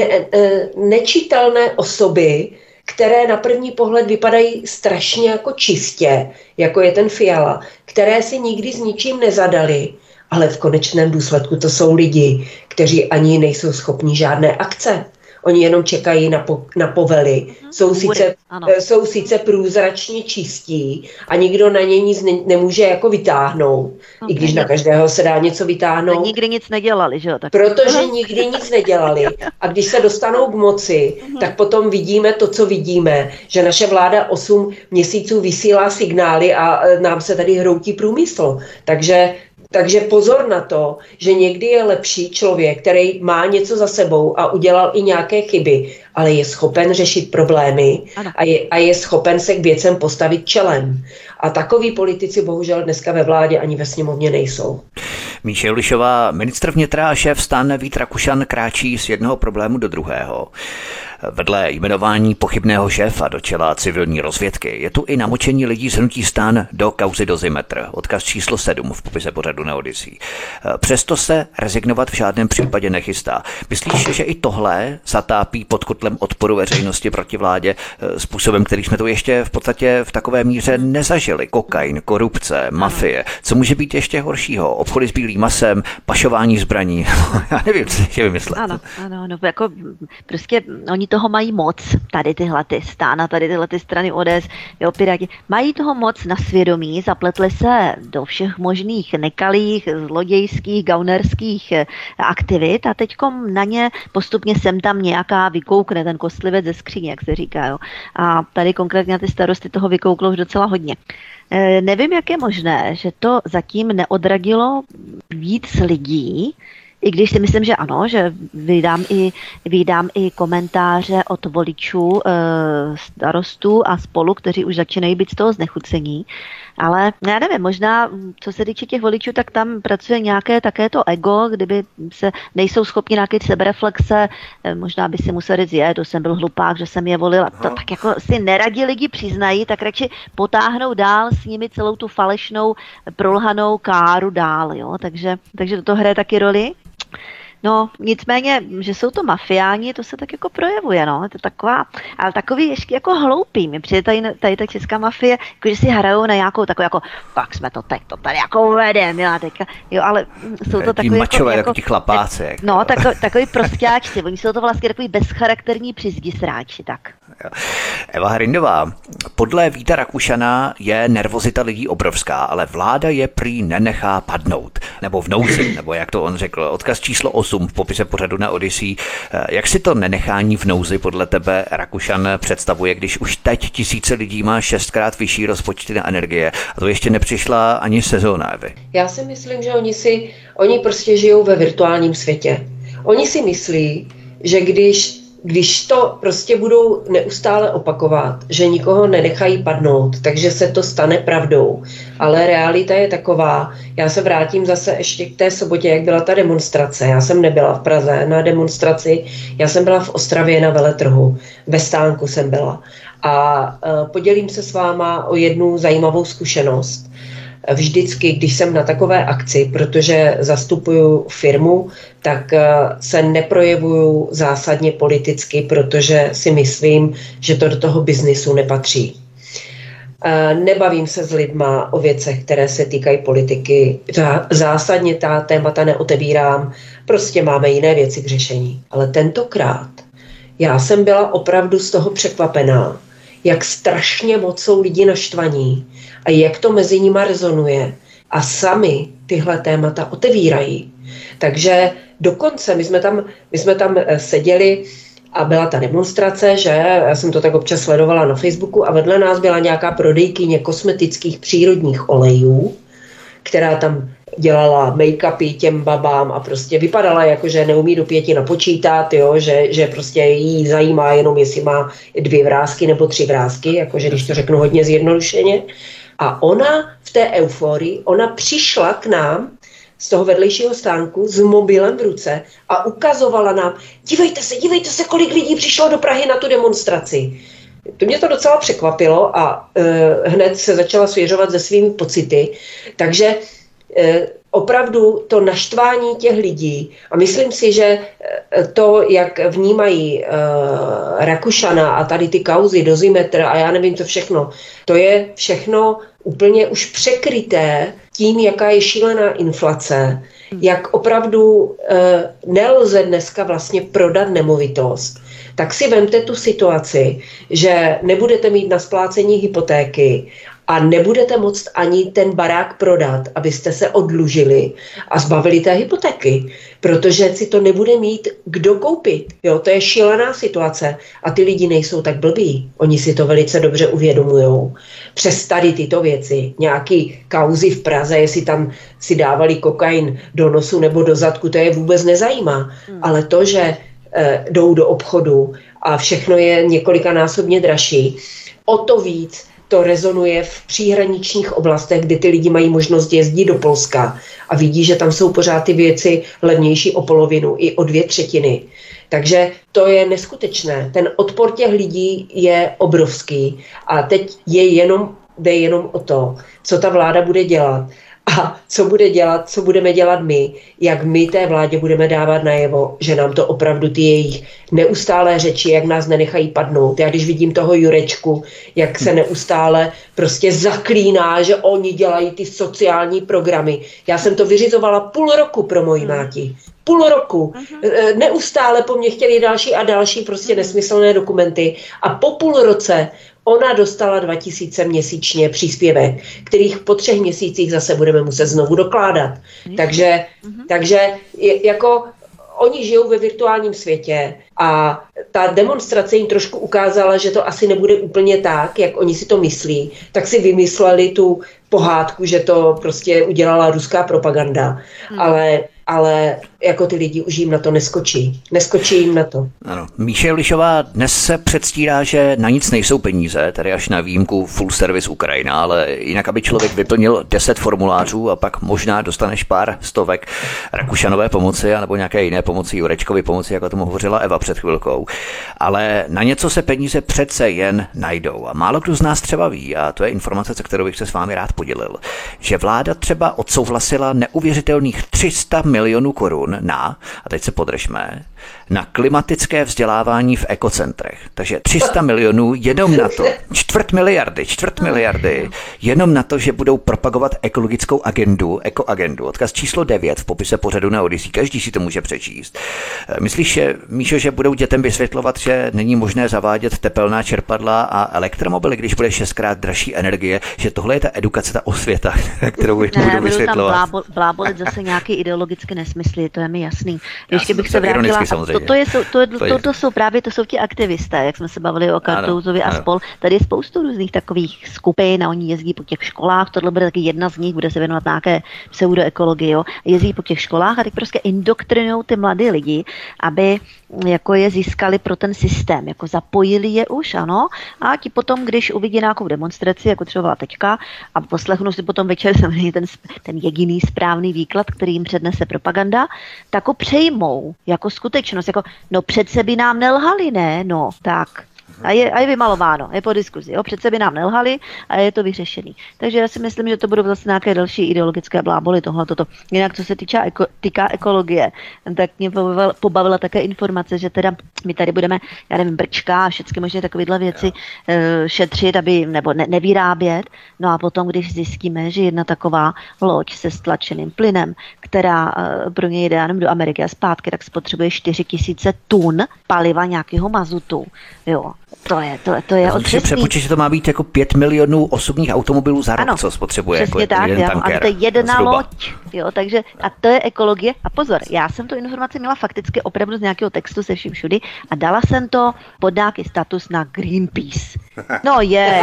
nečitelné osoby, které na první pohled vypadají strašně jako čistě, jako je ten Fiala, které si nikdy s ničím nezadali, ale v konečném důsledku to jsou lidi, kteří ani nejsou schopni žádné akce. Oni jenom čekají na povely. Jsou sice průzračně čistí a nikdo na ně nic nemůže jako vytáhnout. I když na každého se dá něco vytáhnout. A nikdy nic nedělali, že jo? Tak. Protože nikdy nic nedělali. A když se dostanou k moci, tak potom vidíme to, co vidíme. Že naše vláda 8 měsíců vysílá signály a nám se tady hroutí průmysl. Takže pozor na to, že někdy je lepší člověk, který má něco za sebou a udělal i nějaké chyby, ale je schopen řešit problémy a je schopen se k věcem postavit čelem. A takoví politici bohužel dneska ve vládě ani ve sněmovně nejsou. Míša Julišová, ministr vnitra a šéf STAN Vít Rakušan kráčí z jednoho problému do druhého. Vedle jmenování pochybného šéfa do čela civilní rozvědky je tu i namočení lidí z hnutí STAN do kauzy Dozimetr. Odkaz číslo 7 v popise pořadu na Odysee. Přesto se rezignovat v žádném případě nechystá. Myslíš, že i tohle zatápí pod kotlem odporu veřejnosti proti vládě způsobem, který jsme tu ještě v podstatě v takové míře nezažili? Kokain, korupce, mafie. Co může být ještě horšího? Obchody s bílým masem, pašování zbraní. Já nevím, co ještě vymyslet. Ano, jako prostě oni toho mají moc, tady tyhle ty stána, tady tyhle ty strany ODS, jo, Piráti, mají toho moc na svědomí, zapletli se do všech možných nekalých, zlodějských, gaunerských aktivit a teďkom na ně postupně sem tam nějaká vykoukne ten kostlivec ze skříně, jak se říká, jo. A tady konkrétně ty starosty toho vykouklo už docela hodně. Nevím, jak je možné, že to zatím neodradilo víc lidí, i když si myslím, že ano, že vydám i komentáře od voličů starostů a spolu, kteří už začínají být z toho znechucení. Ale já nevím, možná, co se týče těch voličů, tak tam pracuje nějaké také to ego, kdyby se nejsou schopni nějaké sebereflexe, možná by si museli říct, to jsem byl hlupák, že jsem je volil. To tak jako si neradi lidi přiznají, tak radši potáhnou dál s nimi celou tu falešnou, prolhanou káru dál, jo. Takže do toho hraje taky roli. No, nicméně, že jsou to mafiáni, to se tak jako projevuje, no, to taková, ale takový ještě jako hloupý, mi přijde tady ta česká mafie, jako že si hrajou na nějakou takovou jako, tak jsme to teď, to tady jako uvedem, jo, ale jsou to takový mačové, jako ti chlapáci. Jako, no, takový prostáčci, oni jsou to vlastně takový bezcharakterní přizděsráči, tak. Eva Hrindová, podle Víta Rakušana je nervozita lidí obrovská, ale vláda je prý nenechá padnout, nebo v nouzi, nebo jak to on řekl, odkaz číslo 8 v popise pořadu na Odyssey. Jak si to nenechání v nouzi podle tebe Rakušan představuje, když už teď tisíce lidí má 6krát vyšší rozpočty na energie a to ještě nepřišla ani sezóna, Evy? Já si myslím, že oni prostě žijou ve virtuálním světě. Oni si myslí, že když to prostě budou neustále opakovat, že nikoho nenechají padnout, takže se to stane pravdou. Ale realita je taková, já se vrátím zase ještě k té sobotě, jak byla ta demonstrace. Já jsem nebyla v Praze na demonstraci, já jsem byla v Ostravě na veletrhu, ve stánku jsem byla. A podělím se s váma o jednu zajímavou zkušenost. Vždycky, když jsem na takové akci, protože zastupuju firmu, tak se neprojevuju zásadně politicky, protože si myslím, že to do toho biznisu nepatří. Nebavím se s lidma o věcech, které se týkají politiky. Zásadně ta témata neotevírám, prostě máme jiné věci k řešení. Ale tentokrát já jsem byla opravdu z toho překvapená, jak strašně moc jsou lidi naštvaní a jak to mezi nimi rezonuje a sami tyhle témata otevírají. Takže dokonce my jsme tam seděli a byla ta demonstrace, že já jsem to tak občas sledovala na Facebooku a vedle nás byla nějaká prodejkyně kosmetických přírodních olejů, která tam dělala make-upy těm babám a prostě vypadala jako, že neumí do 5 napočítat, jo, že prostě jí zajímá jenom, jestli má 2 vrásky nebo 3 vrásky, jakože když to řeknu hodně zjednodušeně. A ona v té euforii, ona přišla k nám z toho vedlejšího stánku s mobilem v ruce a ukazovala nám, dívejte se, kolik lidí přišlo do Prahy na tu demonstraci. To mě to docela překvapilo a hned se začala svěřovat se svými pocity, takže opravdu to naštvání těch lidí a myslím si, že to, jak vnímají Rakušana a tady ty kauzy, dozimetr a já nevím co všechno, to je všechno úplně už překryté tím, jaká je šílená inflace, jak opravdu nelze dneska vlastně prodat nemovitost. Tak si vemte tu situaci, že nebudete mít na splácení hypotéky a nebudete moct ani ten barák prodat, abyste se oddlužili a zbavili té hypotéky, protože si to nebude mít kdo koupit. Jo, to je šílená situace a ty lidi nejsou tak blbí. Oni si to velice dobře uvědomujou. Přes tady tyto věci, nějaký kauzy v Praze, jestli tam si dávali kokain do nosu nebo do zadku, to je vůbec nezajímá. Ale to, že jdou do obchodu a všechno je několikanásobně dražší, o to víc to rezonuje v příhraničních oblastech, kde ty lidi mají možnost jezdit do Polska a vidí, že tam jsou pořád ty věci levnější o polovinu i o 2/3. Takže to je neskutečné. Ten odpor těch lidí je obrovský a teď jde jenom o to, co ta vláda bude dělat. A co budeme dělat my, jak my té vládě budeme dávat najevo, že nám to opravdu ty jejich neustálé řeči, jak nás nenechají padnout. Já když vidím toho Jurečku, jak se neustále prostě zaklíná, že oni dělají ty sociální programy. Já jsem to vyřizovala půl roku pro moji máti. Půl roku. Neustále po mně chtěli další a další prostě nesmyslné dokumenty. A po půl roce ona dostala 2000 měsíčně příspěvek, kterých po 3 měsících zase budeme muset znovu dokládat. Takže jako oni žijou ve virtuálním světě a ta demonstrace jim trošku ukázala, že to asi nebude úplně tak, jak oni si to myslí. Tak si vymysleli tu pohádku, že to prostě udělala ruská propaganda. Ale jako ty lidi už jim na to neskočí. Neskočí jim na to. Ano. Míša Julišová dnes se předstírá, že na nic nejsou peníze, tedy až na výjimku full service Ukrajina, ale jinak, aby člověk vyplnil 10 formulářů a pak možná dostaneš pár stovek Rakušanové pomoci anebo nějaké jiné pomoci, Jurečkovy pomoci, jako tomu hovořila Eva před chvilkou. Ale na něco se peníze přece jen najdou. A málo kdo z nás třeba ví, a to je informace, se kterou bych se s vámi rád podělil, že vláda třeba odsouhlasila neuvěřitelných 300 milionů korun a teď se podržme, na klimatické vzdělávání v ekocentrech. Takže 300 milionů jenom na to, čtvrt miliardy, jenom na to, že budou propagovat ekologickou agendu, ekoagendu. Odkaz číslo 9 v popise pořadu na Odyssey, každý si to může přečíst. Myslíš, Míšo, že budou dětem vysvětlovat, že není možné zavádět tepelná čerpadla a elektromobily, když bude 6krát dražší energie, že tohle je ta edukace, ta osvěta, kterou budou vysvětlovat? Tam blábolit zase nějaký ideologické nesmysly, to je mi jasný. Ještě bych se vrátila, to jsou ti aktivisté, jak jsme se bavili o Kartouzovi a spol. Tady je spoustu různých takových skupin a oni jezdí po těch školách, tohle bude taky jedna z nich, bude se věnovat nějaké pseudoekologii, jezdí po těch školách a teď prostě indoktrinují ty mladé lidi, aby jako je získali pro ten systém, jako zapojili je už, ano, a ti potom, když uvidí nějakou demonstraci, jako třeba byla teďka, a poslechnu si potom večer samozřejmě ten jediný správný výklad, který jim přednese propaganda, tak ho přejmou jako skutečnost, jako no přece by nám nelhali, ne, no, tak. A je vymalováno, je po diskuzi. Jo? Přece by nám nelhali a je to vyřešený. Takže já si myslím, že to budou zase nějaké další ideologické bláboli tohleto. Jinak, co se týká ekologie, tak mě pobavila také informace, že teda my tady budeme, já nevím, brčka a všechny možné takovéhle věci šetřit, nebo nevyrábět. No a potom, když zjistíme, že jedna taková loď se stlačeným plynem, která pro ně jde do Ameriky a zpátky, tak spotřebuje 4000 tun paliva nějakého mazutu. Jo. To je otřesný. Přepočít, že to má být jako 5 milionů osobních automobilů za rok, ano, co spotřebuje jako tak, jeden tanker. A to je jedna loď. Jo, takže, a to je ekologie. A pozor, já jsem tu informaci měla fakticky opravdu z nějakého textu se vším všudy a dala jsem to pod nějaký status na Greenpeace. No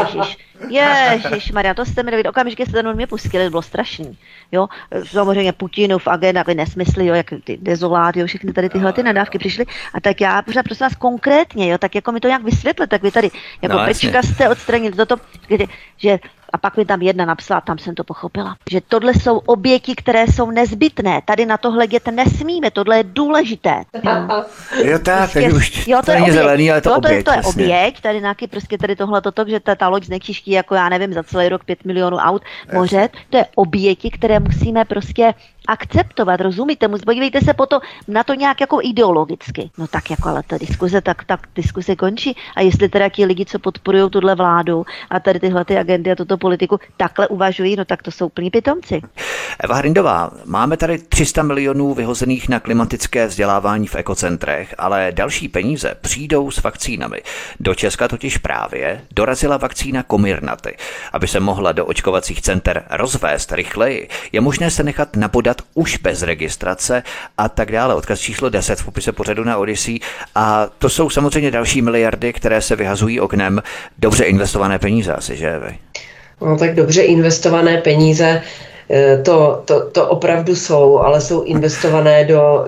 ježišmarja, to jste mi nevěděli, okamžitě jste ten mě pustili, to bylo strašný. Jo, samozřejmě Putinův agenda, takový nesmysly, jo, jak ty dezolát, jo, všechny tady tyhle ty nadávky přišly. A tak já pořád prosím vás konkrétně, jo, tak jako mi to nějak vysvětlit, tak vy tady jako pečka jste odstranili toto, že a pak mi tam jedna napsala, tam jsem to pochopila, že tohle jsou oběti, které jsou nezbytné. Tady na to hledět nesmíme, tohle je důležité. Jo tak, už to není zelený, ale to oběť. To je oběť, tady nějaký prostě tady tohle toto, že ta loď znečiští jako já nevím, za celý rok 5 milionů aut moře, to je oběti, které musíme prostě akceptovat, rozumíte? Podívejte se na to nějak jako ideologicky. No tak jako, ale ta diskuse končí. A jestli teda ti lidi, co podporují tuhle vládu a tady tyhle ty agendy a tuto politiku, takhle uvažují, no tak to jsou plní pitomci. Eva Hrindová, máme tady 300 milionů vyhozených na klimatické vzdělávání v ekocentrech, ale další peníze přijdou s vakcínami. Do Česka totiž právě dorazila vakcína Comirnaty. Aby se mohla do očkovacích center rozvést rychleji, je možné se nechat nabodat už bez registrace a tak dále. Odkaz číslo 10 v popise pořadu na Odyssey. A to jsou samozřejmě další miliardy, které se vyhazují oknem. Dobře investované peníze asi, že? No tak dobře investované peníze to opravdu jsou, ale jsou investované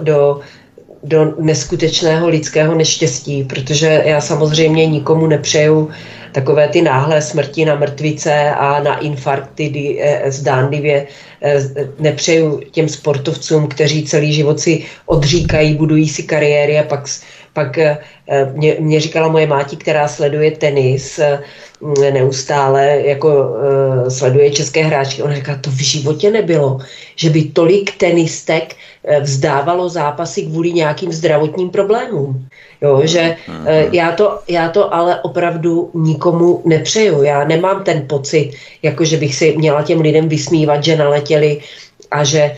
do neskutečného lidského neštěstí, protože já samozřejmě nikomu nepřeju takové ty náhlé smrti na mrtvice a na infarkty zdánlivě nepřeju těm sportovcům, kteří celý život si odříkají, budují si kariéry a Pak mě říkala moje máti, která sleduje tenis neustále, jako sleduje české hráčky, ona říká, to v životě nebylo, že by tolik tenistek vzdávalo zápasy kvůli nějakým zdravotním problémům. Jo, že já to ale opravdu nikomu nepřeju. Já nemám ten pocit, jako že bych si měla těm lidem vysmívat, že naletěli a že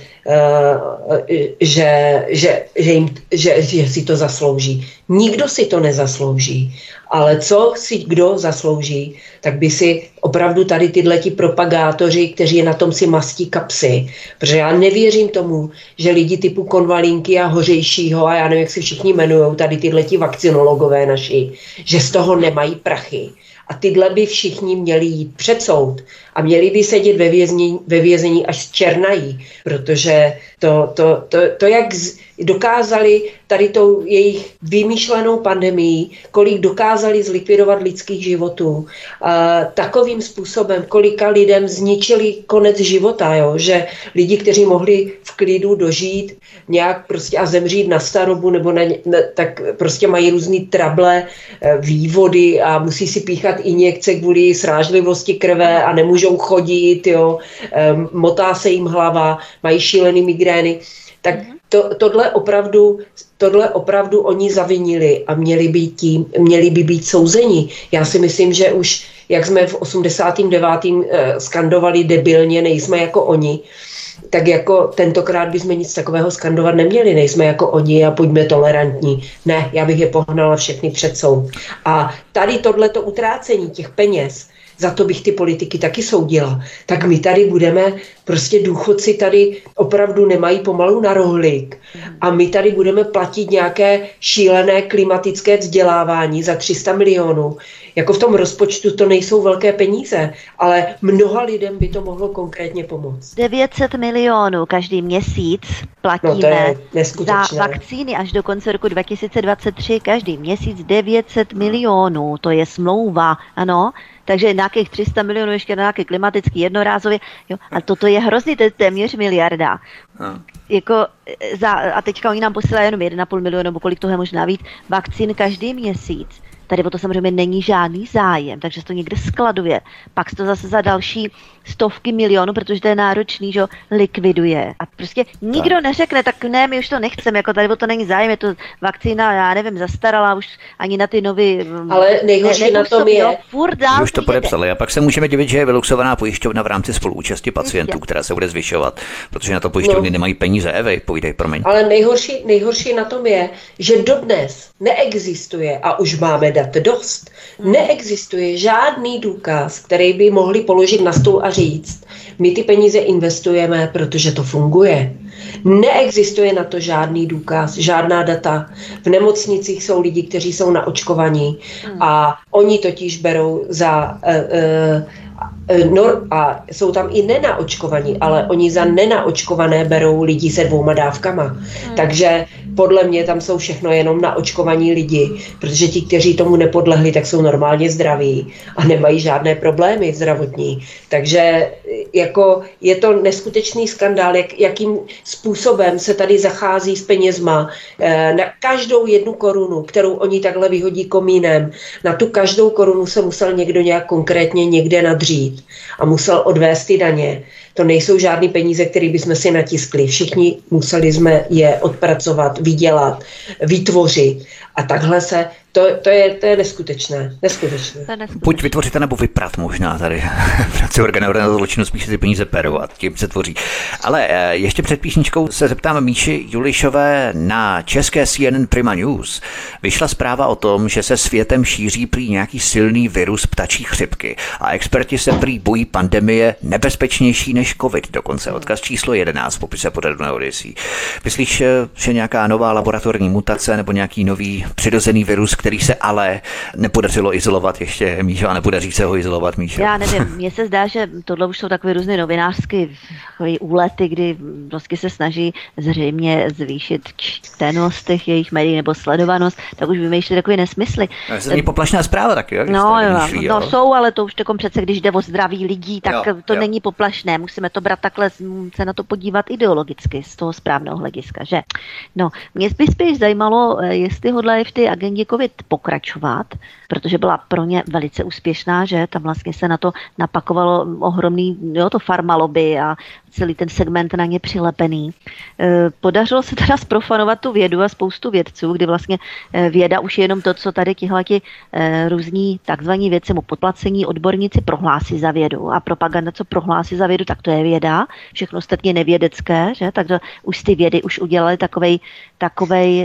si to zaslouží. Nikdo si to nezaslouží, ale co si kdo zaslouží, tak by si opravdu tady tyhleti propagátoři, kteří na tom si mastí kapsy, protože já nevěřím tomu, že lidi typu Konvalínky a Hořejšího a já nevím, jak si všichni jmenujou, tady tyhleti vakcinologové naši, že z toho nemají prachy. A tyhle by všichni měli jít před soud a měli by sedět ve vězení až černají, protože to jak dokázali tady tou jejich vymýšlenou pandemií, kolik dokázali zlikvidovat lidských životů, takovým způsobem, kolika lidem zničili konec života, jo? Že lidi, kteří mohli v klidu dožít nějak prostě a zemřít na starobu, nebo tak prostě mají různý trable, vývody a musí si píchat injekce kvůli srážlivosti krve a nemůžou chodit, jo? Motá se jim hlava, mají šílený migrény. Tak tohle opravdu oni zavinili a měli by být souzeni. Já si myslím, že už, jak jsme v 89. skandovali debilně, nejsme jako oni, tak jako tentokrát bychom nic takového skandovat neměli, nejsme jako oni a buďme tolerantní. Ne, já bych je pohnala všechny před soud. A tady tohleto utrácení těch peněz, za to bych ty politiky taky soudila. Tak my tady budeme, prostě důchodci tady opravdu nemají pomalu na rohlík a my tady budeme platit nějaké šílené klimatické vzdělávání za 300 milionů. Jako v tom rozpočtu to nejsou velké peníze, ale mnoha lidem by to mohlo konkrétně pomoct. 900 milionů každý měsíc platíme za vakcíny až do konce roku 2023. Každý měsíc 900 milionů, to je smlouva, ano. Takže nějakých 300 milionů ještě na nějaké klimatický jednorázově. Jo, a toto je hrozný, to je téměř miliarda. Jako a teďka oni nám posílají jenom 1,5 milionu, nebo kolik toho je možná víc, vakcín každý měsíc. Tady o to samozřejmě není žádný zájem, takže se to někde skladuje. Pak se to zase za další stovky milionů, protože to je náročný, že likviduje. A prostě nikdo neřekne, tak ne, my už to nechceme, jako tady o to není zájem, je to vakcína, já nevím, zastarala už ani na ty nový. Ale nejhorší na tom je, už to podepsali a pak se můžeme divit, že je vyluxovaná pojišťovna v rámci spoluúčasti pacientů, která se bude zvyšovat, protože na to pojišťovny nemají peníze. Evy, povídej, promiň. Ale nejhorší na tom je, že dodnes neexistuje, a už máme dat dost, neexistuje žádný důkaz, který by mohli položit na stůl a říct, my ty peníze investujeme, protože to funguje. Neexistuje na to žádný důkaz, žádná data. V nemocnicích jsou lidi, kteří jsou naočkovaní a oni totiž berou za a jsou tam i nenaočkovaní, ale oni za nenaočkované berou lidi se 2 dávkama. Takže podle mě tam jsou všechno jenom naočkovaní lidi, protože ti, kteří tomu nepodlehli, tak jsou normálně zdraví a nemají žádné problémy zdravotní. Takže jako je to neskutečný skandál, jakým způsobem se tady zachází s penězma. Na každou 1 korunu, kterou oni takhle vyhodí komínem, na tu každou korunu se musel někdo nějak konkrétně někde nadřít a musel odvést ty daně. To nejsou žádný peníze, které bychom si natiskli. Všichni museli jsme je odpracovat, vydělat, vytvořit. A takhle se, to je neskutečné. Buď vytvořit, nebo vyprat možná tady. V rámci organizovaného zločinu spíš ty peníze perou a tím se tvoří. Ale ještě před písničkou se zeptám Míši Julišové na české CNN Prima News. Vyšla zpráva o tom, že se světem šíří prý nějaký silný virus ptačí chřipky a experti se prý bojí pandemie nebezpečnější než covid. Dokonce odkaz číslo 11 v popise pořadu na Odyssey. Myslíš, že nějaká nová laboratorní mutace nebo nějaký nový přirozený virus, který se ale nepodařilo izolovat ještě, Míšo, a nepodaří se ho izolovat, Míšo. Já nevím, mně se zdá, že tohle už jsou takové různé novinářské úlety, kdy vlastně se snaží zřejmě zvýšit čtenost těch jejich médií nebo sledovanost, tak už vymýšlí takové nesmysly. To je poplašná zpráva taky, jo? No jsou, ale to už takom přece, když jde o zdraví lidí, tak to není poplašné. Musíme to brát takhle, se na to podívat ideologicky z toho správného hlediska, že? No, mě by spíš zajímalo, jestli hodlají v té agendě COVID pokračovat, protože byla pro ně velice úspěšná, že tam vlastně se na to napakovalo ohromný, to farmalobby a celý ten segment na ně přilepený. Podařilo se teda zprofanovat tu vědu a spoustu vědců, kdy vlastně věda už je jenom to, co tady tihleti různí takzvaní vědci mu podplacení odborníci prohlásí za vědu a propaganda, co prohlásí za vědu, tak to je věda. Všechno ostatně nevědecké, že? Takže už z ty vědy už udělali takovej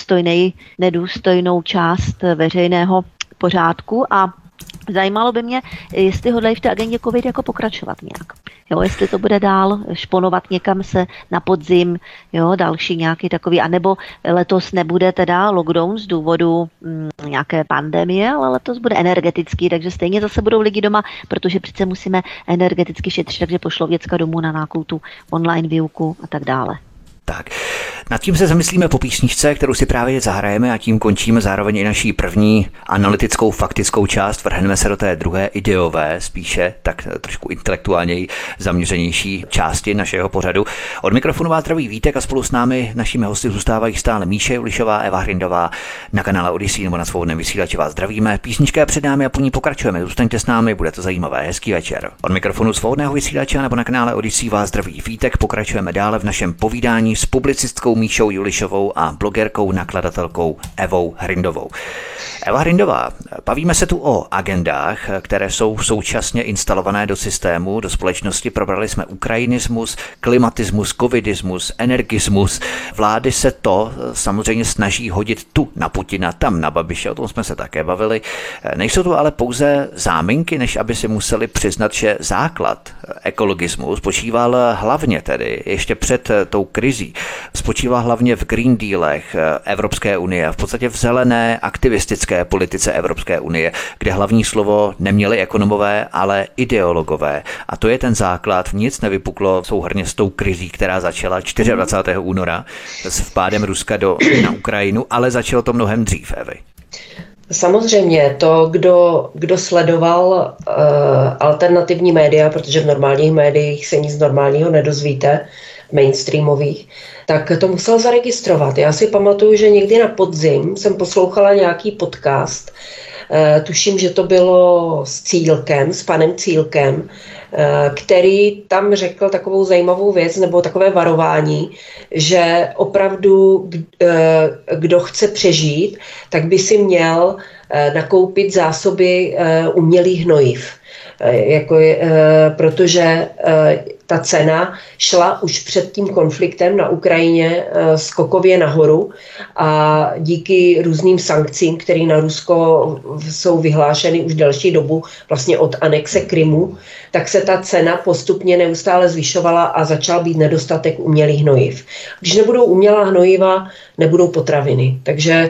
nedůstojnou část veřejného pořádku a zajímalo by mě, jestli hodlají v té agendě COVID jako pokračovat nějak. Jo, jestli to bude dál šponovat někam se na podzim, další nějaký takový, anebo letos nebude teda lockdown z důvodu nějaké pandemie, ale letos bude energetický, takže stejně zase budou lidi doma, protože přece musíme energeticky šetřit, takže pošlou děcka domů na nějakou tu online výuku a tak dále. Tak, nad tím se zamyslíme po písničce, kterou si právě zahrajeme a tím končíme zároveň i naší první analytickou, faktickou část. Vrhneme se do té druhé ideové, spíše tak trošku intelektuálněji zaměřenější části našeho pořadu. Od mikrofonu vás zdraví Vítek a spolu s námi našimi hosty zůstávají stále Míše Julišová, Eva Hrindová na kanále Odyssey nebo na Svobodném vysílači vás zdravíme. Písnička je před námi a po ní pokračujeme. Zůstaňte s námi, bude to zajímavé. Hezký večer. Od mikrofonu Svobodného vysílače nebo na kanále Odyssey vás zdraví Vítek. Pokračujeme dále v našem povídání s publicistkou Míšou Julišovou a blogerkou, nakladatelkou Evou Hrindovou. Eva Hrindová, bavíme se tu o agendách, které jsou současně instalované do systému, do společnosti. Probrali jsme ukrajinismus, klimatismus, covidismus, energismus. Vlády se to samozřejmě snaží hodit tu na Putina, tam na Babiše, o tom jsme se také bavili. Nejsou to ale pouze záminky, než aby si museli přiznat, že základ ekologismu spočíval hlavně tedy ještě před tou krizí. Spočívá hlavně v Green Dealech Evropské unie, v podstatě v zelené aktivistické politice Evropské unie, kde hlavní slovo neměli ekonomové, ale ideologové. A to je ten základ, nic nevypuklo souhrnně s tou krizí, která začala 24. února s vpádem Ruska na Ukrajinu, ale začalo to mnohem dřív, Evy. Samozřejmě to, kdo sledoval alternativní média, protože v normálních médiích se nic normálního nedozvíte, mainstreamových, tak to musel zaregistrovat. Já si pamatuju, že někdy na podzim jsem poslouchala nějaký podcast, tuším, že to bylo s panem Cílkem, který tam řekl takovou zajímavou věc, nebo takové varování, že opravdu kdo chce přežít, tak by si měl nakoupit zásoby umělých hnojiv. Protože ta cena šla už před tím konfliktem na Ukrajině skokově nahoru a díky různým sankcím, které na Rusko jsou vyhlášeny už delší dobu, vlastně od anexe Krymu, tak se ta cena postupně neustále zvyšovala a začal být nedostatek umělých hnojiv. Když nebudou umělá hnojiva, nebudou potraviny. Takže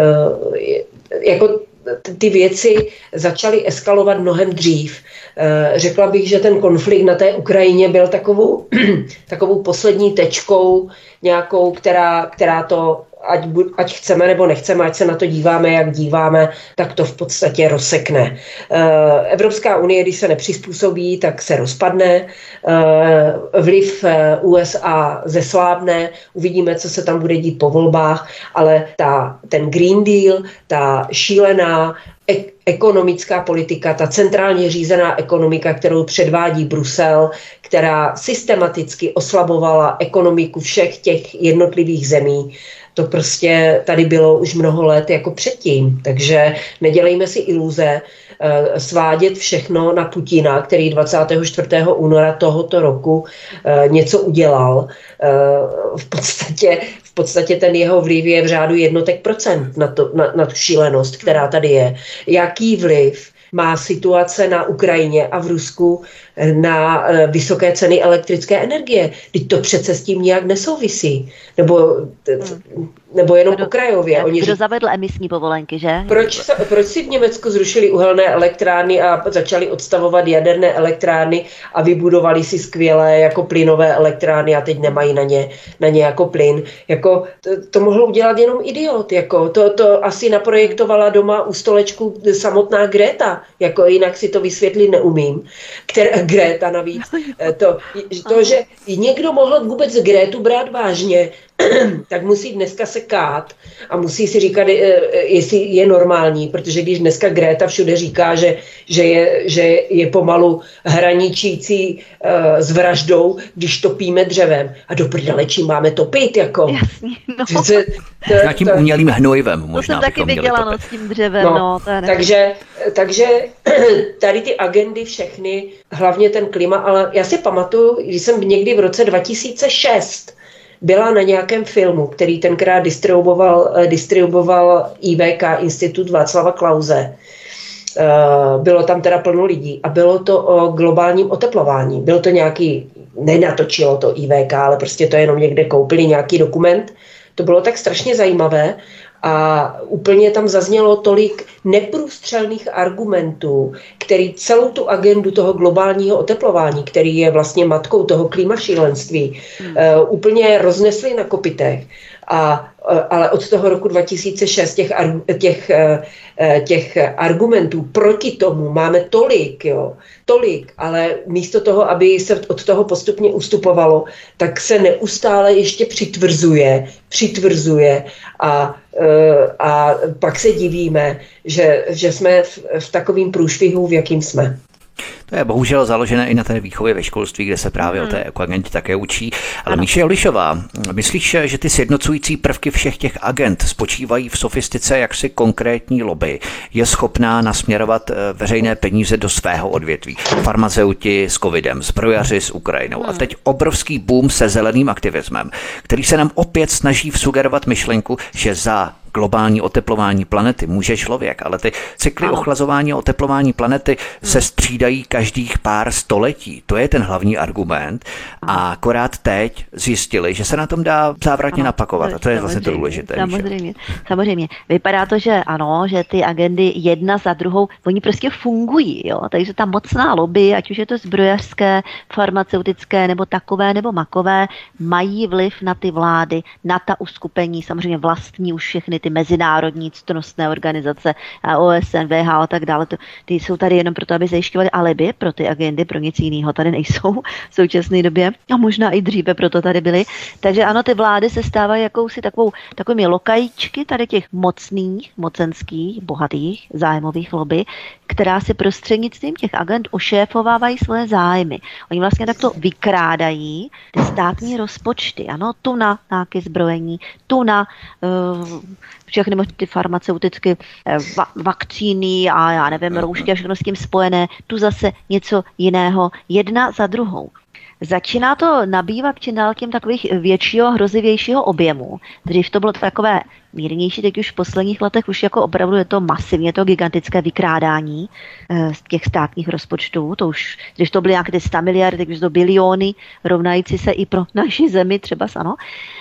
ty věci začaly eskalovat mnohem dřív. Řekla bych, že ten konflikt na té Ukrajině byl takovou poslední tečkou nějakou, která to, ať chceme nebo nechceme, ať se na to díváme, jak díváme, tak to v podstatě rozsekne. Evropská unie, když se nepřizpůsobí, tak se rozpadne. Vliv USA zeslábne, uvidíme, co se tam bude dít po volbách, ale ten Green Deal, ta šílená ekonomická politika, ta centrálně řízená ekonomika, kterou předvádí Brusel, která systematicky oslabovala ekonomiku všech těch jednotlivých zemí, to prostě tady bylo už mnoho let jako předtím. Takže nedělejme si iluze, svádět všechno na Putina, který 24. února tohoto roku něco udělal. V podstatě ten jeho vliv je v řádu jednotek procent na tu šílenost, která tady je. Jaký vliv má situace na Ukrajině a v Rusku na vysoké ceny elektrické energie? Vždyť to přece s tím nijak nesouvisí. Nebo nebo jenom okrajově. Kdo zavedl emisní povolenky, že? Proč si v Německu zrušili uhelné elektrárny a začali odstavovat jaderné elektrárny a vybudovali si skvělé jako plynové elektrárny a teď nemají na ně jako plyn. Jako to mohl udělat jenom idiot. Jako to asi naprojektovala doma u stolečku samotná Greta. Jako jinak si to vysvětlit neumím. Greta navíc. To, že někdo mohl vůbec Gretu brát vážně, tak musí dneska se kát a musí si říkat, jestli je normální, protože když dneska Greta všude říká, že je pomalu hraničící s vraždou, když topíme dřevem. A do prdele, čím máme topit, jako? Jasně, no. S tím umělým hnojivem možná. To jsem taky viděla, s tím dřevem, takže tady ty agendy všechny, hlavně ten klima, ale já si pamatuju, když jsem někdy v roce 2006 byla na nějakém filmu, který tenkrát distribuoval IVK, Institut Václava Klause. Bylo tam teda plno lidí a bylo to o globálním oteplování. Byl to nějaký, nenatočilo to IVK, ale prostě to jenom někde koupili nějaký dokument. To bylo tak strašně zajímavé a úplně tam zaznělo tolik neprůstřelných argumentů, který celou tu agendu toho globálního oteplování, který je vlastně matkou toho klimašílenství, úplně roznesli na kopytech. Ale od toho roku 2006 těch argumentů proti tomu máme tolik, ale místo toho, aby se od toho postupně ustupovalo, tak se neustále ještě přitvrzuje a pak se divíme, že jsme v takovým průšvihu, v jakým jsme. To je bohužel založené i na té výchově ve školství, kde se právě o té ekoagentě také učí. Ale Míše Jolišová, myslíš, že ty sjednocující prvky všech těch agent spočívají v sofistice jaksi konkrétní lobby? Je schopná nasměrovat veřejné peníze do svého odvětví? Farmaceuti s covidem, zbrojaři s Ukrajinou a teď obrovský boom se zeleným aktivismem, který se nám opět snaží vsugerovat myšlenku, že za globální oteplování planety může člověk, ale ty cykly ochlazování a oteplování planety se střídají každých pár století. To je ten hlavní argument a akorát teď zjistili, že se na tom dá závratně napakovat a to je vlastně to důležité. Samozřejmě. Vypadá to, že ano, že ty agendy jedna za druhou, oni prostě fungují, jo? Takže ta mocná lobby, ať už je to zbrojařské, farmaceutické nebo takové nebo makové, mají vliv na ty vlády, na ta uskupení, samozřejmě vlastní už všechny ty mezinárodní ctnostné organizace, OSN, WHO a tak dále, ty jsou tady jenom proto, aby zajišťovali alibi pro ty agendy, pro nic jiného tady nejsou v současné době a možná i dříve proto tady byly. Takže ano, ty vlády se stávají jakousi takovými lokajíčky tady těch mocných, mocenských, bohatých, zájmových lobby, která si prostřednictvím těch agent ošéfovávají svoje zájmy. Oni vlastně takto vykrádají ty státní rozpočty, ano, tu na nějaké zbrojení, tu na všechny ty farmaceutické vakcíny a já nevím, roušky a všechno s tím spojené, tu zase něco jiného, jedna za druhou. Začíná to nabývat čím dál tím takových většího, hrozivějšího objemu. Dřív to bylo takové mírnější, teď už v posledních letech už jako opravdu je to masivně, to gigantické vykrádání z těch státních rozpočtů. To už, když to byly nějaké ty 100 miliard, teď už to biliony, rovnající se i pro naši zemi třeba, ano.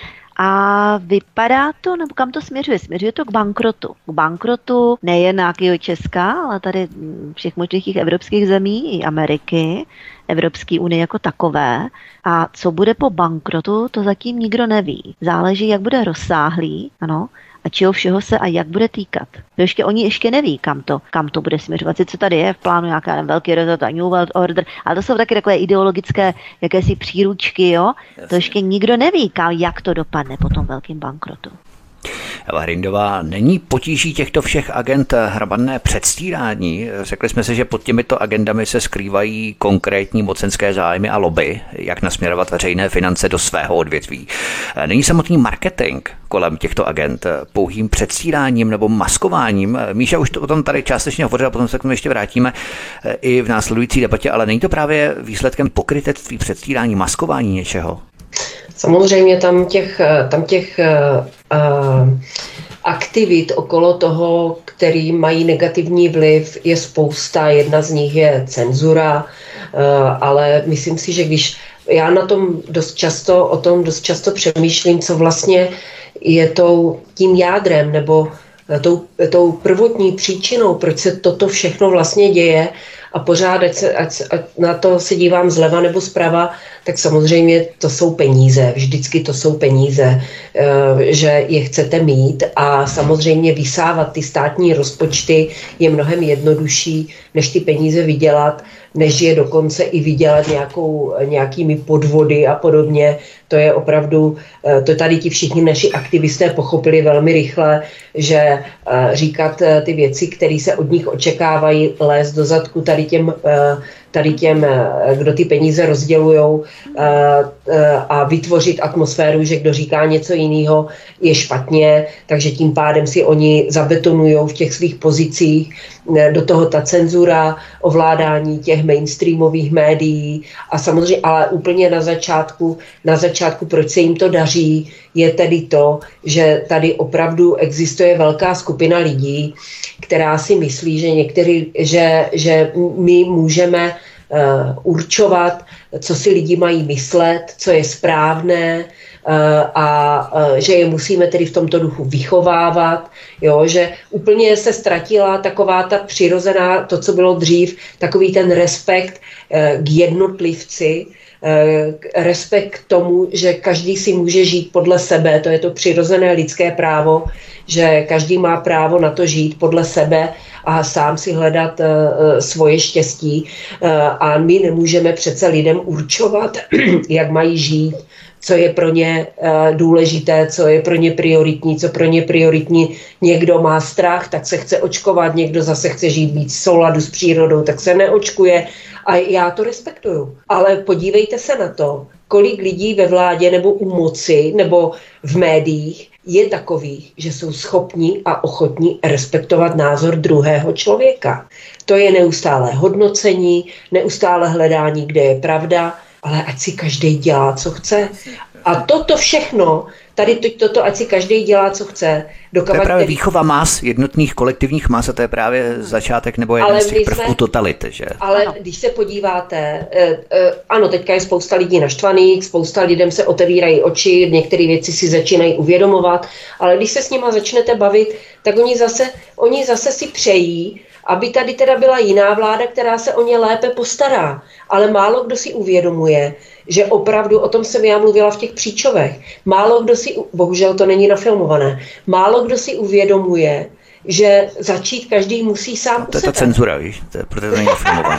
A vypadá to, nebo kam to směřuje? Směřuje to k bankrotu. K bankrotu nejen nějakého Česka, ale tady všech možných evropských zemí i Ameriky, Evropské unie jako takové. A co bude po bankrotu, to zatím nikdo neví. Záleží, jak bude rozsáhlý, ano, a čeho všeho se a jak bude týkat. Oni ještě neví, kam to bude směřovat. Co tady je v plánu nějaká velký rezort a New World Order, ale to jsou taky takové ideologické jakési příručky, jo. Jasně. To ještě nikdo neví, jak to dopadne po tom velkém bankrotu. Eva Hrindová, není potíží těchto všech agent hrabanné předstírání? Řekli jsme si, že pod těmito agendami se skrývají konkrétní mocenské zájmy a lobby, jak nasměrovat veřejné finance do svého odvětví. Není samotný marketing kolem těchto agent pouhým předstíráním nebo maskováním? Míša už to o tom tady částečně hovořila, potom se k tomu ještě vrátíme i v následující debatě, ale není to právě výsledkem pokrytectví, předstírání, maskování něčeho? Samozřejmě tam těch aktivit okolo toho, který mají negativní vliv, je spousta. Jedna z nich je cenzura, ale myslím si, že když Já o tom dost často přemýšlím, co vlastně je tím jádrem nebo tou prvotní příčinou, proč se toto všechno vlastně děje a pořád, ať na to se dívám zleva nebo zprava, tak samozřejmě to jsou peníze, vždycky to jsou peníze, že je chcete mít a samozřejmě vysávat ty státní rozpočty je mnohem jednodušší, než ty peníze vydělat, než je dokonce i vydělat nějakými podvody a podobně. To je opravdu, to tady ti všichni naši aktivisté pochopili velmi rychle, že říkat ty věci, které se od nich očekávají, lézt do zadku tady těm, kdo ty peníze rozdělujou a vytvořit atmosféru, že kdo říká něco jiného, je špatně, takže tím pádem si oni zabetonujou v těch svých pozicích, do toho ta cenzura, ovládání těch mainstreamových médií a samozřejmě, ale úplně na začátku, proč se jim to daří, je tedy to, že tady opravdu existuje velká skupina lidí, která si myslí, že my můžeme určovat, co si lidi mají myslet, co je správné a že je musíme tedy v tomto duchu vychovávat, jo, že úplně se ztratila taková ta přirozená, to, co bylo dřív, takový ten respekt k jednotlivci, respekt k tomu, že každý si může žít podle sebe, to je to přirozené lidské právo, že každý má právo na to žít podle sebe a sám si hledat svoje štěstí a my nemůžeme přece lidem určovat, jak mají žít, co je pro ně důležité, co je pro ně prioritní, co pro ně prioritní. Někdo má strach, tak se chce očkovat, někdo zase chce žít víc v souladu s přírodou, tak se neočkuje a já to respektuju. Ale podívejte se na to, kolik lidí ve vládě nebo u moci nebo v médiích je takových, že jsou schopni a ochotní respektovat názor druhého člověka. To je neustálé hodnocení, neustálé hledání, kde je pravda, ale ať si každý dělá, co chce. A toto všechno, toto, ať si každý dělá, co chce. To je právě výchova mas, jednotných kolektivních mas, a to je právě začátek nebo jeden z těch prvků totality, že? Ale když se podíváte, ano, teďka je spousta lidí naštvaných, spousta lidem se otevírají oči, některé věci si začínají uvědomovat, ale když se s nima začnete bavit, tak oni zase si přejí, aby tady teda byla jiná vláda, která se o ně lépe postará. Ale málo kdo si uvědomuje, že opravdu, o tom jsem já mluvila v těch příčovech, málo kdo si, bohužel to není nafilmované, málo kdo si uvědomuje, že začít každý musí sám u sebe. To je ta cenzura, víš? Proto to není nafilmované.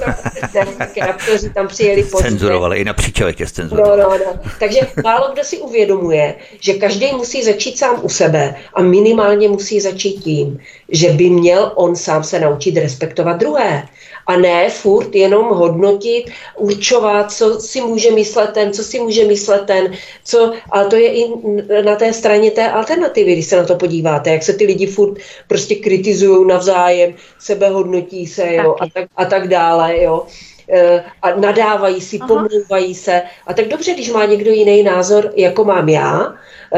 Raptoři tam přijeli pozdě. Cenzurovali, i na příčovech tě cenzurovali. No. Takže málo kdo si uvědomuje, že každý musí začít sám u sebe a minimálně musí začít tím, že by měl on sám se naučit respektovat druhé. A ne furt jenom hodnotit, určovat, co si může myslet ten, co si může myslet ten, ale to je i na té straně té alternativy, když se na to podíváte, jak se ty lidi furt prostě kritizují navzájem, sebehodnotí se, jo, a tak dále, jo. A nadávají si, pomlouvají se. A tak dobře, když má někdo jiný názor, jako mám já,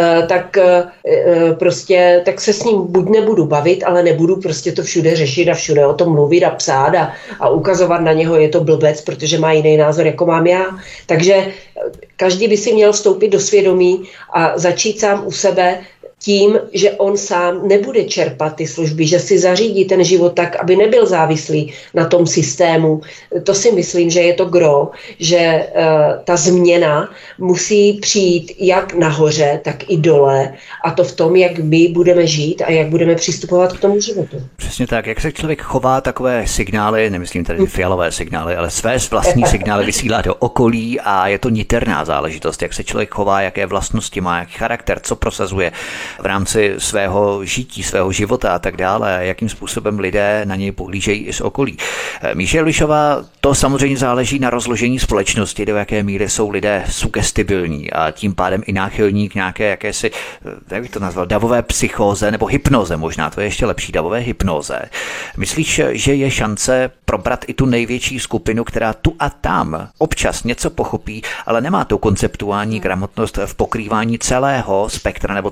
tak se s ním buď nebudu bavit, ale nebudu prostě to všude řešit a všude o tom mluvit a psát a ukazovat na něho, je to blbec, protože má jiný názor, jako mám já. Takže každý by si měl vstoupit do svědomí a začít sám u sebe tím, že on sám nebude čerpat ty služby, že si zařídí ten život tak, aby nebyl závislý na tom systému. To si myslím, že je to gro, že ta změna musí přijít jak nahoře, tak i dole, a to v tom, jak my budeme žít a jak budeme přistupovat k tomu životu. Přesně tak, jak se člověk chová, takové signály, nemyslím tady fialové signály, ale své vlastní signály vysílá do okolí a je to niterná záležitost, jak se člověk chová, jaké vlastnosti má, jaký charakter, co prosazuje v rámci svého žití, svého života a tak dále, jakým způsobem lidé na něj pohlížejí i z okolí. Míša Lišová, to samozřejmě záleží na rozložení společnosti, do jaké míry jsou lidé sugestibilní a tím pádem i náchylní k nějaké jakési, jak bych to nazval, davové psychóze nebo hypnoze, možná to je ještě lepší, davové hypnoze. Myslíš, že je šance probrat i tu největší skupinu, která tu a tam občas něco pochopí, ale nemá tu konceptuální gramotnost v pokrývání celého spektra nebo celé šíře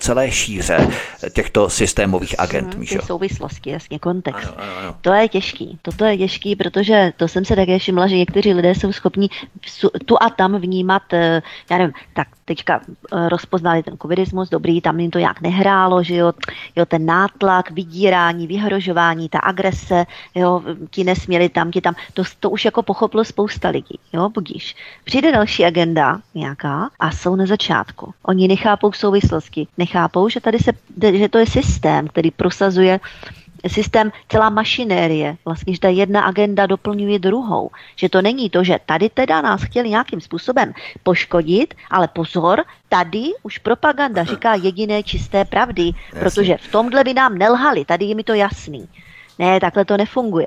šíře těchto systémových agent, Míšo. Ty souvislosti, jasně, kontext. Ano. To je těžký. Toto je těžký, protože to jsem se také všimla, že někteří lidé jsou schopni tu a tam vnímat, já nevím, tak teďka rozpoznali ten covidismus, dobrý, tam jim to nějak nehrálo, že jo, ten nátlak, vydírání, vyhrožování, ta agrese, jo, ti nesměli tam, to už jako pochopilo spousta lidí, jo, budíš. Přijde další agenda nějaká a jsou na začátku. Oni nechápou souvislosti, nechápou, že že to je systém, který prosazuje systém, celá mašinérie, vlastně, že ta jedna agenda doplňuje druhou. Že to není to, že tady teda nás chtěli nějakým způsobem poškodit, ale pozor, tady už propaganda říká jediné čisté pravdy, protože v tomhle by nám nelhali, tady je mi to jasný. Ne, takhle to nefunguje.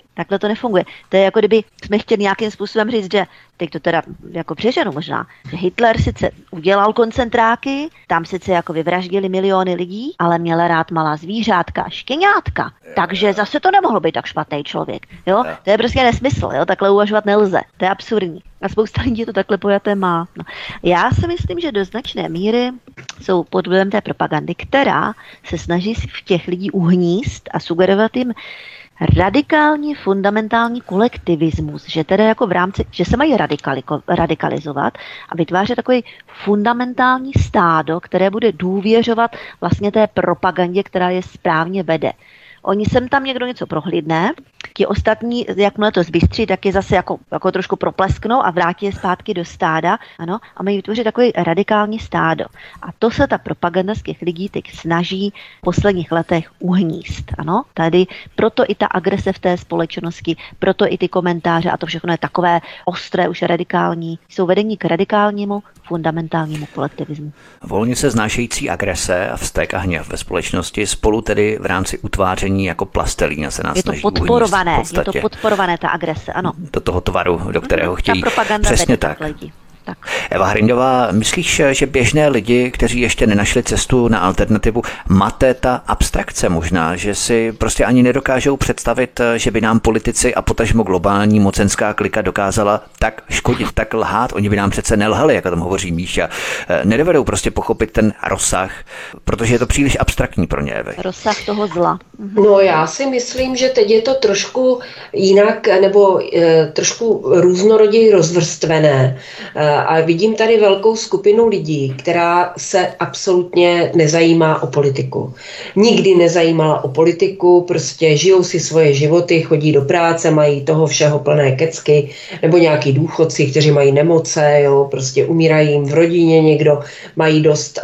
To je jako kdyby jsme chtěli nějakým způsobem říct, že teď to teda jako přeženu možná, že Hitler sice udělal koncentráky, tam sice jako vyvraždili miliony lidí, ale měl rád malá zvířátka a štěňátka. Takže zase to nemohlo být tak špatný člověk. Jo? To je prostě nesmysl, jo? Takhle uvažovat nelze. To je absurdní. A spousta lidí to takhle pojaté má. No. Já si myslím, že do značné míry jsou pod vlivem té propagandy, která se snaží v těch lidí uhníst a sugerovat jim radikální, fundamentální kolektivismus, že teda jako v rámci, že se mají radikalizovat a vytvářet takový fundamentální stádo, které bude důvěřovat vlastně té propagandě, která je správně vede. Oni sem tam někdo něco prohlídne, ti ostatní, jakmile to zbystří, tak je zase jako trošku proplesknou a vrátí je zpátky do stáda, ano, a mají vytvořit takový radikální stádo. A to se ta propaganda z těch lidí teď snaží v posledních letech uhníst, ano. Tady proto i ta agrese v té společnosti, proto i ty komentáře a to všechno je takové ostré, už radikální, jsou vedení k radikálnímu, fundamentálnímu kolektivismu. Volně se znášející agrese a vztek a hněv ve společnosti spolu tedy v rámci utváření jako plastelína se nás snaží podporované, je to podporované ta agrese, ano. Do toho tvaru, do kterého chtějí. Ta propaganda přesně tak. Lidi. Tak. Eva Hrindová, myslíš, že běžné lidi, kteří ještě nenašli cestu na alternativu, mate ta abstrakce možná, že si prostě ani nedokážou představit, že by nám politici a potažmo globální mocenská klika dokázala tak škodit, tak lhát, oni by nám přece nelhali, jak o tom hovoří Míša. Nedovedou prostě pochopit ten rozsah, protože je to příliš abstraktní pro ně, Evy. Rozsah toho zla. No já si myslím, že teď je to trošku jinak, nebo trošku různoroději rozvrstvené. A vidím tady velkou skupinu lidí, která se absolutně nezajímá o politiku. Nikdy nezajímala o politiku, prostě žijou si svoje životy, chodí do práce, mají toho všeho plné kecky, nebo nějaký důchodci, kteří mají nemoce, jo, prostě umírají jim v rodině někdo, mají dost,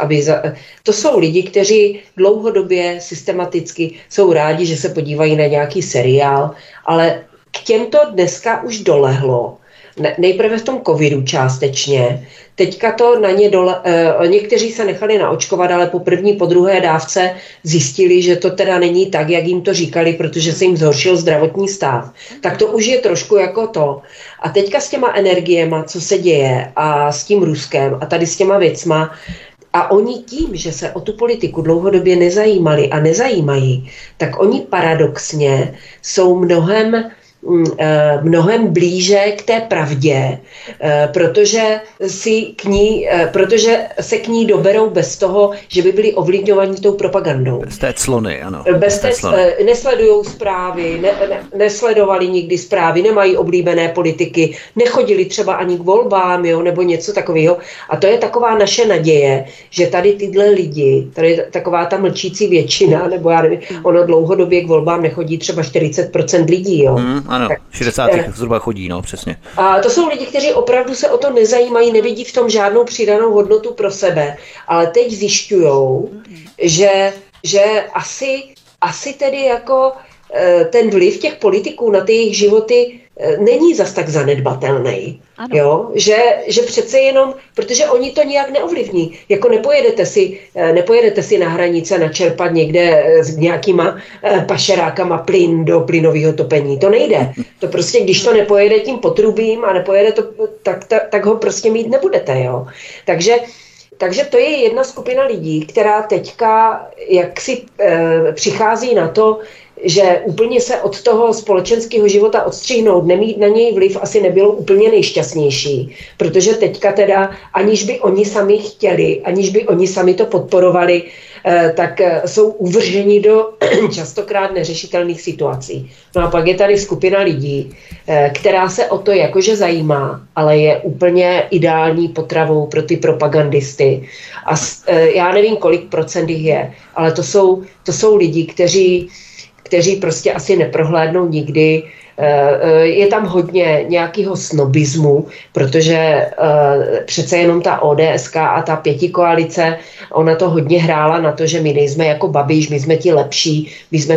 To jsou lidi, kteří dlouhodobě systematicky jsou rádi, že se podívají na nějaký seriál, ale k těmto dneska už dolehlo, nejprve v tom covidu částečně, teďka to na ně někteří se nechali naočkovat, ale po první, po druhé dávce zjistili, že to teda není tak, jak jim to říkali, protože se jim zhoršil zdravotní stav. Tak to už je trošku jako to. A teďka s těma energiema, co se děje a s tím Ruskem a tady s těma věcma, a oni tím, že se o tu politiku dlouhodobě nezajímali a nezajímají, tak oni paradoxně jsou mnohem blíže k té pravdě, protože se k ní doberou bez toho, že by byli ovlivňovaní tou propagandou. Bez té clony, ano. Nesledujou zprávy, nesledovali nikdy zprávy, nemají oblíbené politiky, nechodili třeba ani k volbám, jo, nebo něco takového. A to je taková naše naděje, že tady tyhle lidi, tady je taková ta mlčící většina, nebo já nevím, ono dlouhodobě k volbám nechodí třeba 40% lidí, jo. Ano, v 60. zhruba chodí, no, přesně. A to jsou lidi, kteří opravdu se o to nezajímají, nevidí v tom žádnou přidanou hodnotu pro sebe, ale teď zjišťujou, že asi tedy jako ten vliv těch politiků na ty jejich životy není zas tak zanedbatelný. Jo? Že přece jenom, protože oni to nijak neovlivní. Jako nepojedete si na hranice načerpat někde s nějakýma pašerákama plyn do plynového topení. To nejde. To prostě, když to nepojede tím potrubím a nepojede to, tak ho prostě mít nebudete. Jo? Takže to je jedna skupina lidí, která teďka jaksi přichází na to, že úplně se od toho společenského života odstřihnout, nemít na něj vliv, asi nebylo úplně nejšťastnější, protože teďka teda, aniž by oni sami chtěli, aniž by oni sami to podporovali, tak jsou uvrženi do častokrát neřešitelných situací. No a pak je tady skupina lidí, která se o to jakože zajímá, ale je úplně ideální potravou pro ty propagandisty. A já nevím, kolik procent jich je, ale to jsou lidi, kteří prostě asi neprohlédnou nikdy. Je tam hodně nějakého snobismu, protože přece jenom ta ODSK a ta pětikoalice, ona to hodně hrála na to, že my nejsme jako Babiš, my jsme ti lepší,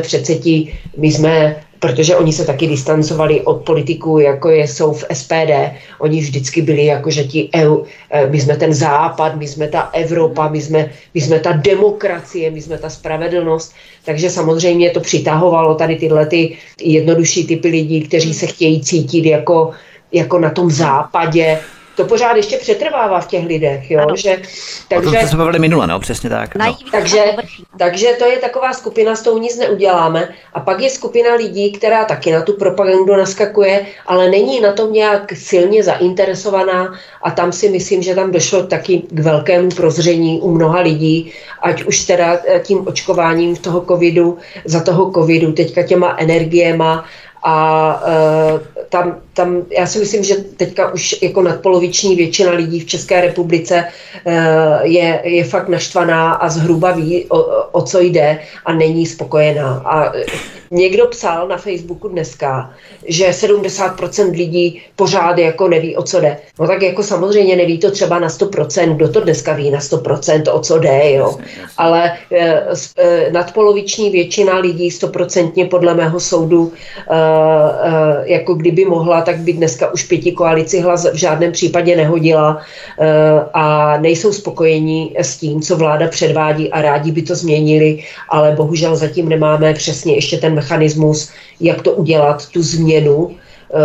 protože oni se taky distancovali od politiků, jako jsou v SPD. Oni vždycky byli jako, že my jsme ten západ, my jsme ta Evropa, my jsme ta demokracie, my jsme ta spravedlnost. Takže samozřejmě to přitahovalo tady tyhle ty jednodušší typy lidí, kteří se chtějí cítit jako na tom západě. To pořád ještě přetrvává v těch lidech, jo, takže to se bavili minule, no, přesně tak. No. Takže to je taková skupina, s tou nic neuděláme. A pak je skupina lidí, která taky na tu propagandu naskakuje, ale není na tom nějak silně zainteresovaná a tam si myslím, že tam došlo taky k velkému prozření u mnoha lidí, ať už teda tím očkováním za toho covidu, teďka těma energiema. A tam já si myslím, že teďka už jako nadpoloviční většina lidí v České republice je fakt naštvaná a zhruba ví, o co jde a není spokojená. A někdo psal na Facebooku dneska, že 70% lidí pořád jako neví, o co jde. No tak jako samozřejmě neví to třeba na 100%, kdo to dneska ví na 100%, o co jde, jo. Ale nadpoloviční většina lidí 100% podle mého soudu jako kdyby mohla, tak by dneska už pětikoalici hlas v žádném případě nehodila a nejsou spokojení s tím, co vláda předvádí a rádi by to změnili, ale bohužel zatím nemáme přesně ještě ten mechanismus, jak to udělat, tu změnu,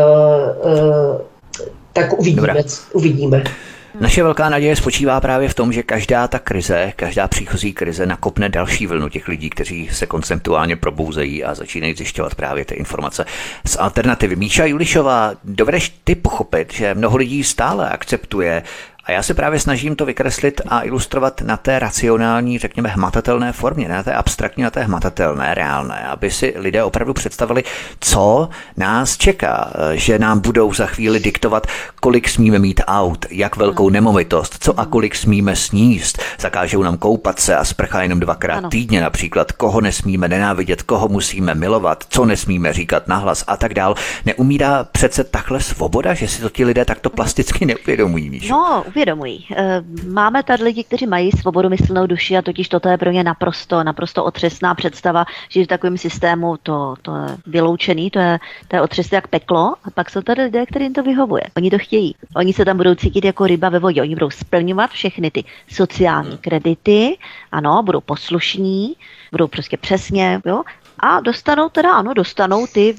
tak uvidíme. Naše velká naděje spočívá právě v tom, že každá příchozí krize nakopne další vlnu těch lidí, kteří se konceptuálně probouzejí a začínají zjišťovat právě ty informace z alternativy. Míša Julišová, dovedeš ty pochopit, že mnoho lidí stále akceptuje, a já se právě snažím to vykreslit a ilustrovat na té racionální, řekněme, hmatatelné formě, na té abstraktní, na té hmatatelné, reálné, aby si lidé opravdu představili, co nás čeká, že nám budou za chvíli diktovat, kolik smíme mít aut, jak velkou nemovitost, co a kolik smíme sníst, zakážou nám koupat se a sprcha jenom 2krát týdně například, koho nesmíme nenávidět, koho musíme milovat, co nesmíme říkat nahlas a tak dál. Neumírá přece takhle svoboda, že si to ti lidé takto plasticky neuvědomují, víš? No, uvědomují. Máme tady lidi, kteří mají svobodomyslnou duši a totiž toto je pro ně naprosto otřesná představa, že v takovém systému to je vyloučený, to je otřesné jak peklo a pak jsou tady lidé, kterým to vyhovuje. Oni to chtějí. Oni se tam budou cítit jako ryba ve vodě. Oni budou splňovat všechny ty sociální kredity, ano, budou poslušní, budou prostě přesně, jo, a dostanou ty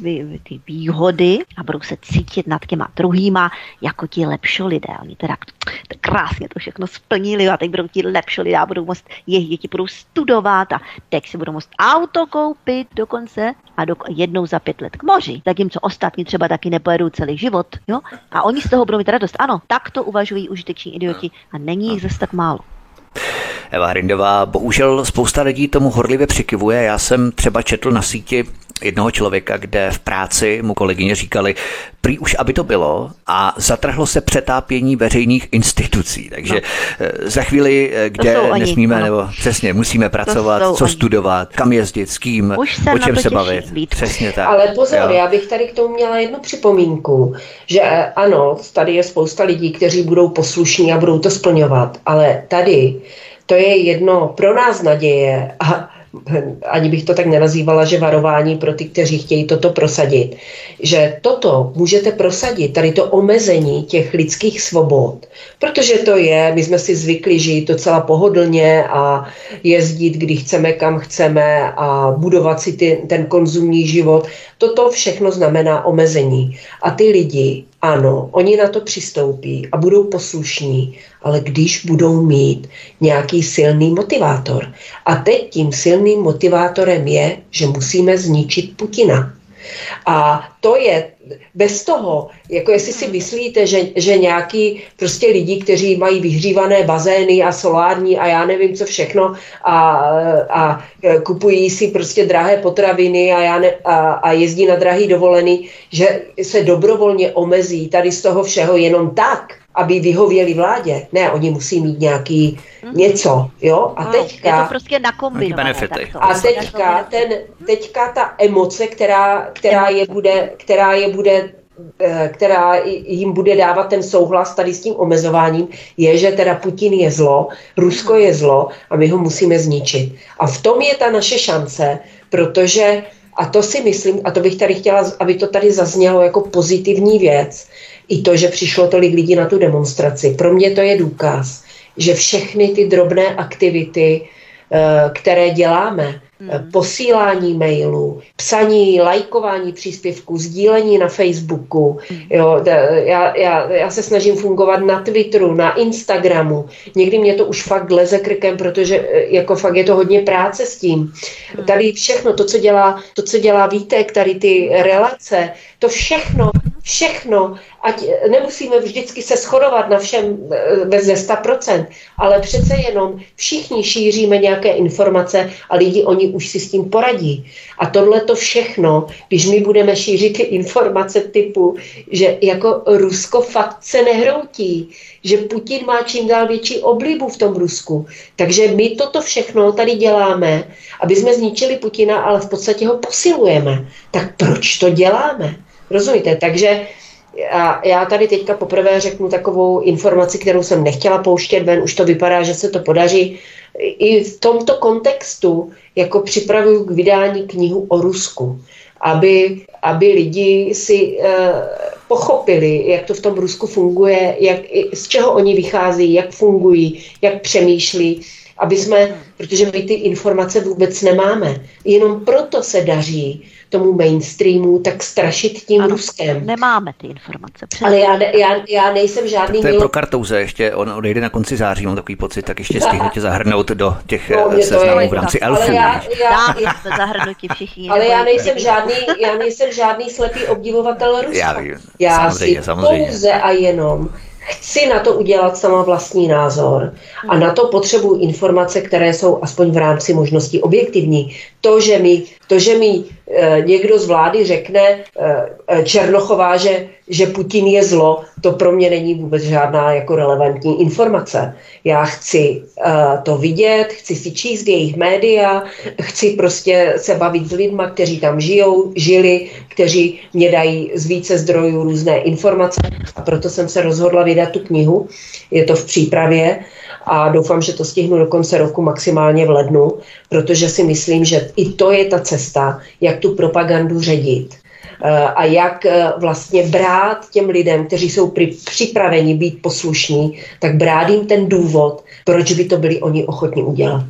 výhody a budou se cítit nad těma druhýma jako ti lepší lidé. Oni teda krásně to všechno splnili a teď budou ti lepší lidé a budou moct, jejich děti budou studovat a teď si budou moct auto koupit dokonce a jednou za 5 let k moři. Zatímco ostatní třeba taky nepojedou celý život. Jo? A oni z toho budou mít radost. Ano, tak to uvažují užiteční idioti a není jich zase tak málo. Eva Hrindová, bohužel spousta lidí tomu horlivě přikyvuje. Já jsem třeba četl na síti jednoho člověka, kde v práci mu kolegyně říkali, prý už aby to bylo a zatrhlo se přetápění veřejných institucí. Takže za chvíli, kde nesmíme, nebo přesně musíme pracovat, co studovat, kam jezdit, s kým, o čem se bavit. Přesně tak. Ale pozor, já bych tady k tomu měla jednu připomínku, že ano, tady je spousta lidí, kteří budou poslušní a budou to splňovat, ale tady to je jedno pro nás naděje a ani bych to tak nenazývala, že varování pro ty, kteří chtějí toto prosadit, že toto můžete prosadit, tady to omezení těch lidských svobod, protože to je, my jsme si zvykli žít docela pohodlně a jezdit, kdy chceme, kam chceme a budovat si ten konzumní život, toto všechno znamená omezení. A ty lidi ano, oni na to přistoupí a budou poslušní, ale když budou mít nějaký silný motivátor. A teď tím silným motivátorem je, že musíme zničit Putina. A to je bez toho, jako jestli si myslíte, že nějaký prostě lidi, kteří mají vyhřívané bazény a solární a já nevím co všechno a kupují si prostě drahé potraviny a jezdí na drahý dovolený, že se dobrovolně omezí tady z toho všeho jenom tak, aby vyhověli vládě. Ne, oni musí mít nějaký něco, jo? A teďka... Je to prostě nakombinované. A teďka ta emoce, která jim bude dávat ten souhlas tady s tím omezováním, je, že teda Putin je zlo, Rusko je zlo a my ho musíme zničit. A v tom je ta naše šance, protože, a to si myslím, a to bych tady chtěla, aby to tady zaznělo jako pozitivní věc, i to, že přišlo tolik lidí na tu demonstraci. Pro mě to je důkaz, že všechny ty drobné aktivity, které děláme, posílání mailů, psaní, lajkování příspěvků, sdílení na Facebooku. Jo, já se snažím fungovat na Twitteru, na Instagramu. Někdy mě to už fakt leze krkem, protože jako fakt je to hodně práce s tím. Tady všechno, to, co dělá Vítek, tady ty relace, to všechno, ať nemusíme vždycky se shodovat na všem ze 100%, ale přece jenom všichni šíříme nějaké informace a lidi, oni už si s tím poradí. A tohle to všechno, když my budeme šířit ty informace typu, že jako Rusko fakt se nehroutí, že Putin má čím dál větší oblibu v tom Rusku. Takže my toto všechno tady děláme, aby jsme zničili Putina, ale v podstatě ho posilujeme. Tak proč to děláme? Rozumíte? Takže já tady teďka poprvé řeknu takovou informaci, kterou jsem nechtěla pouštět ven, už to vypadá, že se to podaří. I v tomto kontextu jako připravuju k vydání knihu o Rusku, aby lidi si pochopili, jak to v tom Rusku funguje, z čeho oni vychází, jak fungují, jak přemýšlí, protože my ty informace vůbec nemáme. Jenom proto se daří tomu mainstreamu tak strašit tím Ruskem. Nemáme ty informace. Ale já nejsem žádný... To je pro Kartouze, ještě on odejde na konci září, mám takový pocit, tak ještě stihnete zahrnout do těch seznamů v rámci elfů. Zahrnutí všichni. Ale já nejsem žádný slepý obdivovatel Ruska. Já si pouze a jenom chci na to udělat sama vlastní názor a na to potřebuji informace, které jsou aspoň v rámci možností objektivní. To, že mi někdo z vlády řekne Černochová, že Putin je zlo, to pro mě není vůbec žádná jako relevantní informace. Já chci to vidět, chci si číst jejich média, chci prostě se bavit s lidma, kteří tam žili, kteří mě dají z více zdrojů různé informace a proto jsem se rozhodla vydat tu knihu. Je to v přípravě a doufám, že to stihnu do konce roku, maximálně v lednu, protože si myslím, že i to je ta cesta, jak tu propagandu ředit a jak vlastně brát těm lidem, kteří jsou připraveni být poslušní, tak brát jim ten důvod, proč by to byli oni ochotni udělat.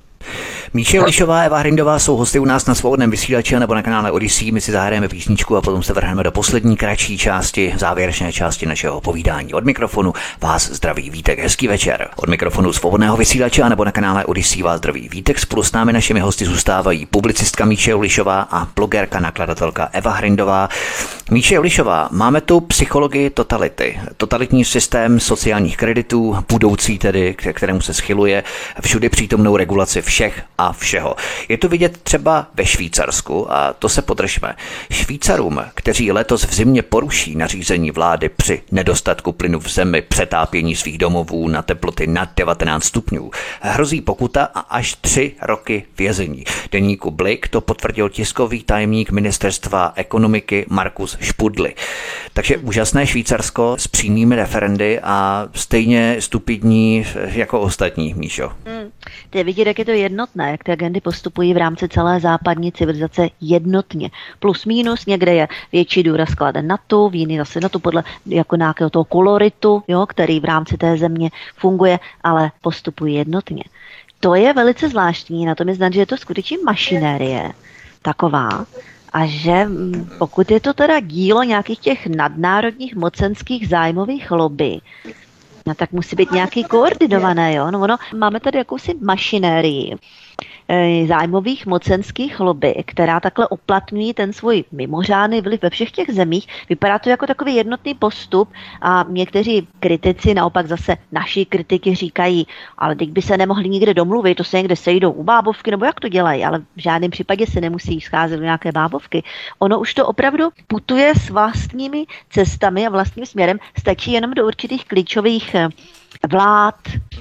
Míše Jolišová, Eva Hrindová jsou hosty u nás na Svobodném vysílači nebo na kanále Odyssey. My si zahrajeme písničku a potom se vrhneme do poslední kratší části, závěrečné části našeho povídání. Od mikrofonu vás zdraví Vítek, hezký večer. Od mikrofonu Svobodného vysílače nebo na kanále Odyssey vás zdraví Vítek. Spolu s námi našimi hosty zůstávají publicistka Míše Jolišová a blogerka, nakladatelka Eva Hrindová. Míše Jolišová, máme tu psychologii totality, totalitní systém sociálních kreditů, budoucí tedy, k kterému se schyluje, všudy přítomnou regulaci všech a všeho. Je to vidět třeba ve Švýcarsku a to se podržme. Švýcarům, kteří letos v zimě poruší nařízení vlády při nedostatku plynu v zemi, přetápění svých domovů na teploty nad 19 stupňů, hrozí pokuta a až 3 roky vězení. Deníku Blik to potvrdil tiskový tajemník ministerstva ekonomiky Markus Špudli. Takže úžasné Švýcarsko s přímými referendy a stejně stupidní jako ostatní, Míšo. To je vidět, jak je to jednotné, jak ty agendy postupují v rámci celé západní civilizace jednotně. Plus minus, někde je větší důraz kladen na to, v jiný zase na to podle jako nějakého toho koloritu, jo, který v rámci té země funguje, ale postupují jednotně. To je velice zvláštní, na tom je znát, že je to skutečně mašinérie taková, A že pokud je to teda dílo nějakých těch nadnárodních mocenských zájmových lobby, no tak musí být nějaký koordinované, jo? No ono, máme tady jakousi mašinérii zájmových mocenských lobby, která takhle uplatňují ten svůj mimořádný vliv ve všech těch zemích. Vypadá to jako takový jednotný postup a někteří kritici, naopak zase naši kritiky říkají, ale teď by se nemohli nikde domluvit, to se někde sejdou u bábovky, nebo jak to dělají, ale v žádném případě se nemusí scházet do nějaké bábovky. Ono už to opravdu putuje s vlastními cestami a vlastním směrem, stačí jenom do určitých klíčových vlád,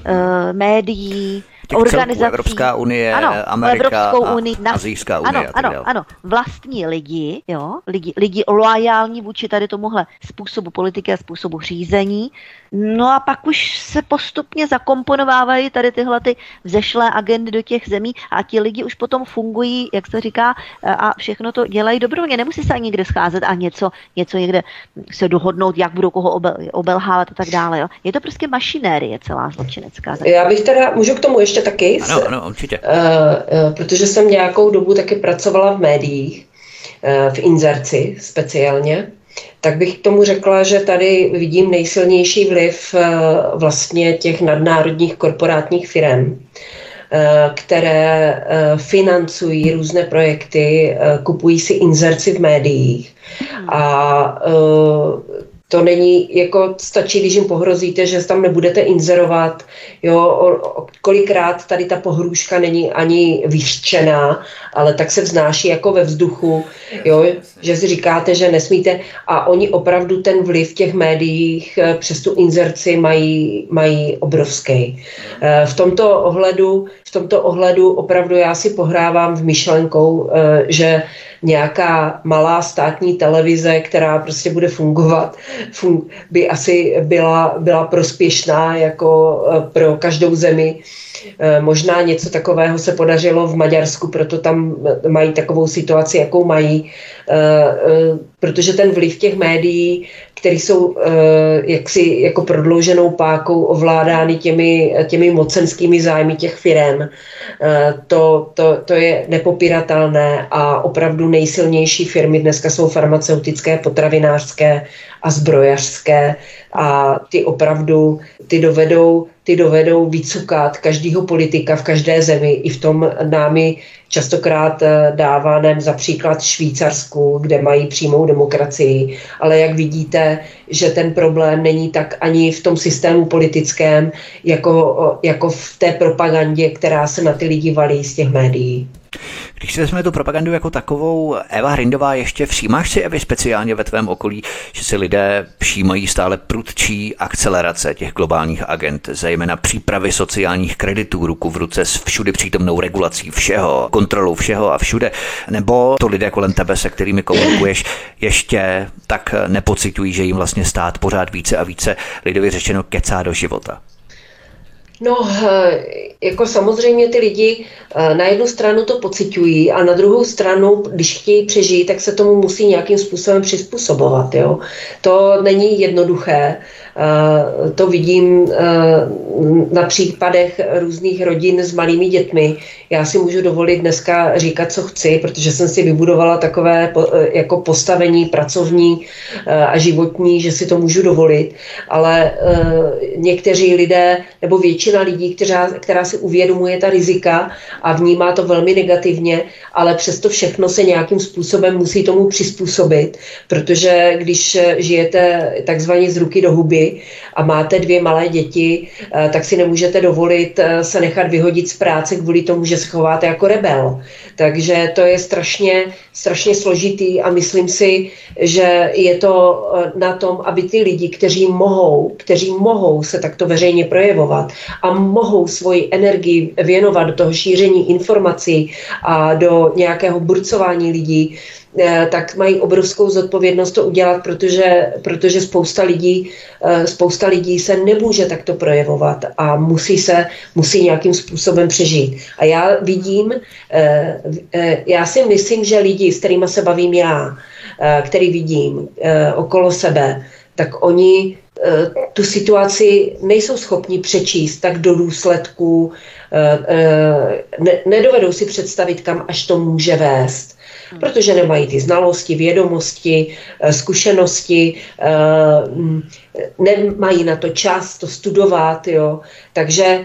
médií, organizací. Evropská unie, ano, Amerika Evropskou unii, Asijská unie. Ano, vlastní lidi, jo, lidi loajální vůči tady tomuhle způsobu politiky a způsobu řízení. No a pak už se postupně zakomponovávají tady tyhle ty vzešlé agendy do těch zemí a ti lidi už potom fungují, jak se říká, a všechno to dělají dobrovolně. Nemusí se ani někde scházet a něco někde se dohodnout, jak budou koho obelhávat a tak dále. Jo. Je to prostě mašinérie celá zločinecká. Já bych teda, můžu k tomu ještě taky? Ano, určitě. Protože jsem nějakou dobu taky pracovala v médiích, v inzerci speciálně, tak bych k tomu řekla, že tady vidím nejsilnější vliv vlastně těch nadnárodních korporátních firem, které financují různé projekty, kupují si inzerci v médiích a to není, jako stačí, když jim pohrozíte, že tam nebudete inzerovat, jo, kolikrát tady ta pohrůžka není ani vyřčená, ale tak se vznáší jako ve vzduchu, jo, že si říkáte, že nesmíte a oni opravdu ten vliv v těch médiích přes tu inzerci mají obrovský. V tomto ohledu opravdu já si pohrávám v myšlenkou, že nějaká malá státní televize, která prostě bude fungovat, by asi byla prospěšná jako pro každou zemi. Možná něco takového se podařilo v Maďarsku, proto tam mají takovou situaci, jakou mají, protože ten vliv těch médií, které jsou jaksi jako prodlouženou pákou ovládány těmi mocenskými zájmy těch firem, to je nepopiratelné a opravdu nejsilnější firmy dneska jsou farmaceutické, potravinářské a zbrojařské a ty dovedou vycukat každého politika v každé zemi, i v tom námi častokrát dávaném za příklad Švýcarsku, kde mají přímou demokracii, ale jak vidíte, že ten problém není tak ani v tom systému politickém, jako v té propagandě, která se na ty lidi valí z těch médií. Když si vezmeme tu propagandu jako takovou, Eva Hrindová, ještě všímáš si, Evi, speciálně ve tvém okolí, že si lidé všímají stále prudčí akcelerace těch globálních agend, zejména přípravy sociálních kreditů ruku v ruce s všudy přítomnou regulací všeho, kontrolou všeho a všude, nebo to lidé kolem tebe, se kterými komunikuješ, ještě tak nepociťují, že jim vlastně stát pořád více a více, lidově řečeno, kecá do života? No, jako samozřejmě ty lidi na jednu stranu to pociťují a na druhou stranu, když chtějí přežít, tak se tomu musí nějakým způsobem přizpůsobovat. Jo? To není jednoduché. To vidím na případech různých rodin s malými dětmi. Já si můžu dovolit dneska říkat, co chci, protože jsem si vybudovala takové jako postavení pracovní a životní, že si to můžu dovolit. Ale někteří lidé, nebo většina lidí, která si uvědomuje ta rizika a vnímá to velmi negativně, ale přesto všechno se nějakým způsobem musí tomu přizpůsobit, protože když žijete takzvaně z ruky do huby a máte 2 malé děti, tak si nemůžete dovolit se nechat vyhodit z práce kvůli tomu, že se chováte jako rebel. Takže to je strašně složitý a myslím si, že je to na tom, aby ty lidi, kteří mohou se takto veřejně projevovat a mohou svoji energii věnovat do toho šíření informací a do nějakého burcování lidí, tak mají obrovskou zodpovědnost to udělat, protože spousta lidí se nemůže takto projevovat a musí nějakým způsobem přežít. A já si myslím, že lidi, s kterými se bavím já, který vidím okolo sebe, tak oni tu situaci nejsou schopni přečíst tak do důsledků, nedovedou si představit, kam až to může vést. protože nemají ty znalosti, vědomosti, zkušenosti, nemají na to čas to studovat, jo. Takže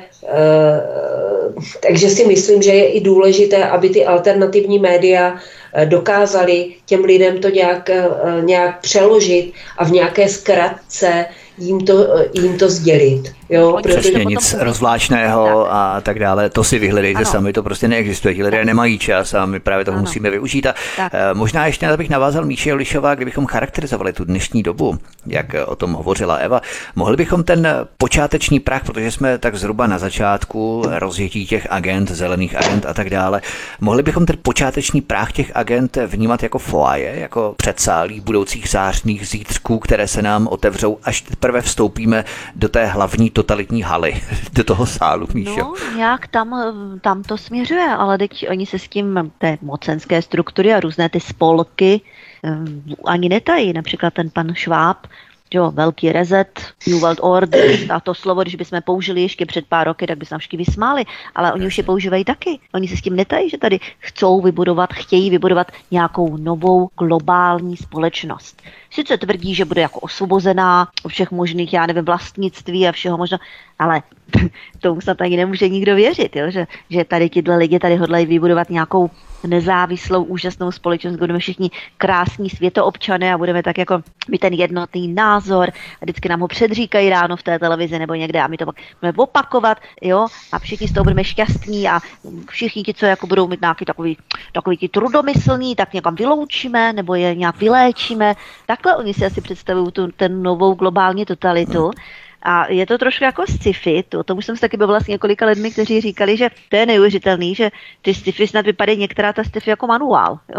si myslím, že je i důležité, aby ty alternativní média dokázali těm lidem to nějak přeložit a v nějaké zkratce jim to sdělit. Jo, přesně, nic rozvláčného a tak dále, to si vyhledejte sami, to prostě neexistuje, ti lidé nemají čas a my právě toho musíme využít. A možná ještě, abych navázal Míši Jolišová, kdybychom charakterizovali tu dnešní dobu, jak o tom hovořila Eva, mohli bychom ten počáteční prach, protože jsme tak zhruba na začátku rozjetí těch agent, zelených agent a tak dále, mohli bychom ten počáteční prach těch agent vnímat jako foaje, jako předsálí budoucích zářných zítřků, které se nám otevřou, až teprve vstoupíme do té hlavní totalitní haly, do toho sálu, Míšo. No, nějak tam to směřuje, ale teď oni se s tím té mocenské struktury a různé ty spolky ani netají. Například ten pan Šváb, jo, velký reset, New World Order, a to slovo, když bychom použili ještě před pár roky, tak by se nám všichni vysmáli, ale oni už je používají taky. Oni se s tím netají, že tady chtějí vybudovat nějakou novou globální společnost. Sice tvrdí, že bude jako osvobozená od všech možných, já nevím, vlastnictví a všeho možného, ale tomu snad ani nemůže nikdo věřit, jo? Že tady tyhle lidi tady hodlají vybudovat nějakou nezávislou, úžasnou společnost, budeme všichni krásní světoobčané a budeme tak jako mít ten jednotný názor a vždycky nám ho předříkají ráno v té televizi nebo někde a my to budeme opakovat, jo, a všichni z toho budeme šťastní a všichni ti, co jako budou mít nějaký takový ti trudomyslní, tak někam vyloučíme nebo je nějak vyléčíme. Takhle oni si asi představují ten novou globální totalitu. A je to trošku jako sci-fi, o tom už jsem se taky bavila s několika lidmi, kteří říkali, že to je neuvěřitelný, že ty sci-fi snad vypadají některá ta sci-fi jako manuál. Jo?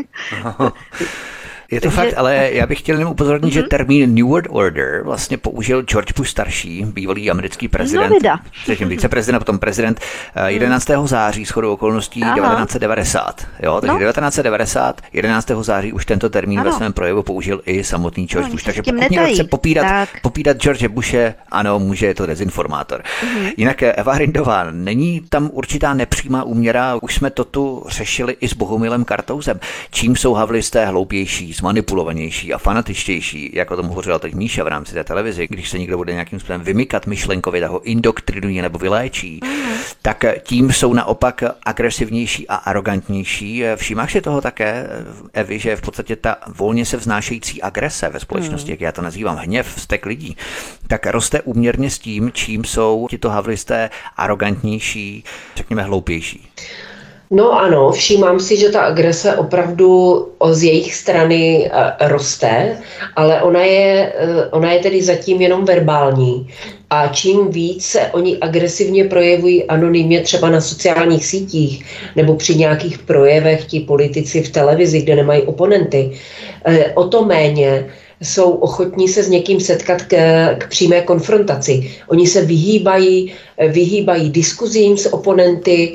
Je to fakt, ale já bych chtěl jenom upozornit, že termín New World Order vlastně použil George Bush starší, bývalý americký prezident, předtím viceprezident a potom prezident 11. září shodou okolností 1990. Jo, takže 1990, 11. září už tento termín ve svém projevu použil i samotný George Bush. Takže pokud někdo chce popírat George Bushe, ano, může, je to dezinformátor. Jinak Eva Hrindová, není tam určitá nepřímá úměra, už jsme to tu řešili i s Bohumilem Kartouzem. Čím jsou havlisté hloupější, manipulovanější a fanatičtější, jak o tom hovořila teď Míša v rámci té televize, když se někdo bude nějakým způsobem vymykat myšlenkově, tak ho indoktrinují nebo vyléčí, tak tím jsou naopak agresivnější a arrogantnější. Všímáš si toho také, Evi, že v podstatě ta volně se vznášející agrese ve společnosti, jak já to nazývám, hněv, vztek lidí, tak roste úměrně s tím, čím jsou tito havlisté arrogantnější, řekněme hloupější. No ano, všímám si, že ta agrese opravdu z jejich strany roste, ale ona je tedy zatím jenom verbální. A čím víc se oni agresivně projevují anonymně třeba na sociálních sítích nebo při nějakých projevech ti politici v televizi, kde nemají oponenty, o to méně jsou ochotní se s někým setkat k přímé konfrontaci. Oni se vyhýbají diskuzím s oponenty,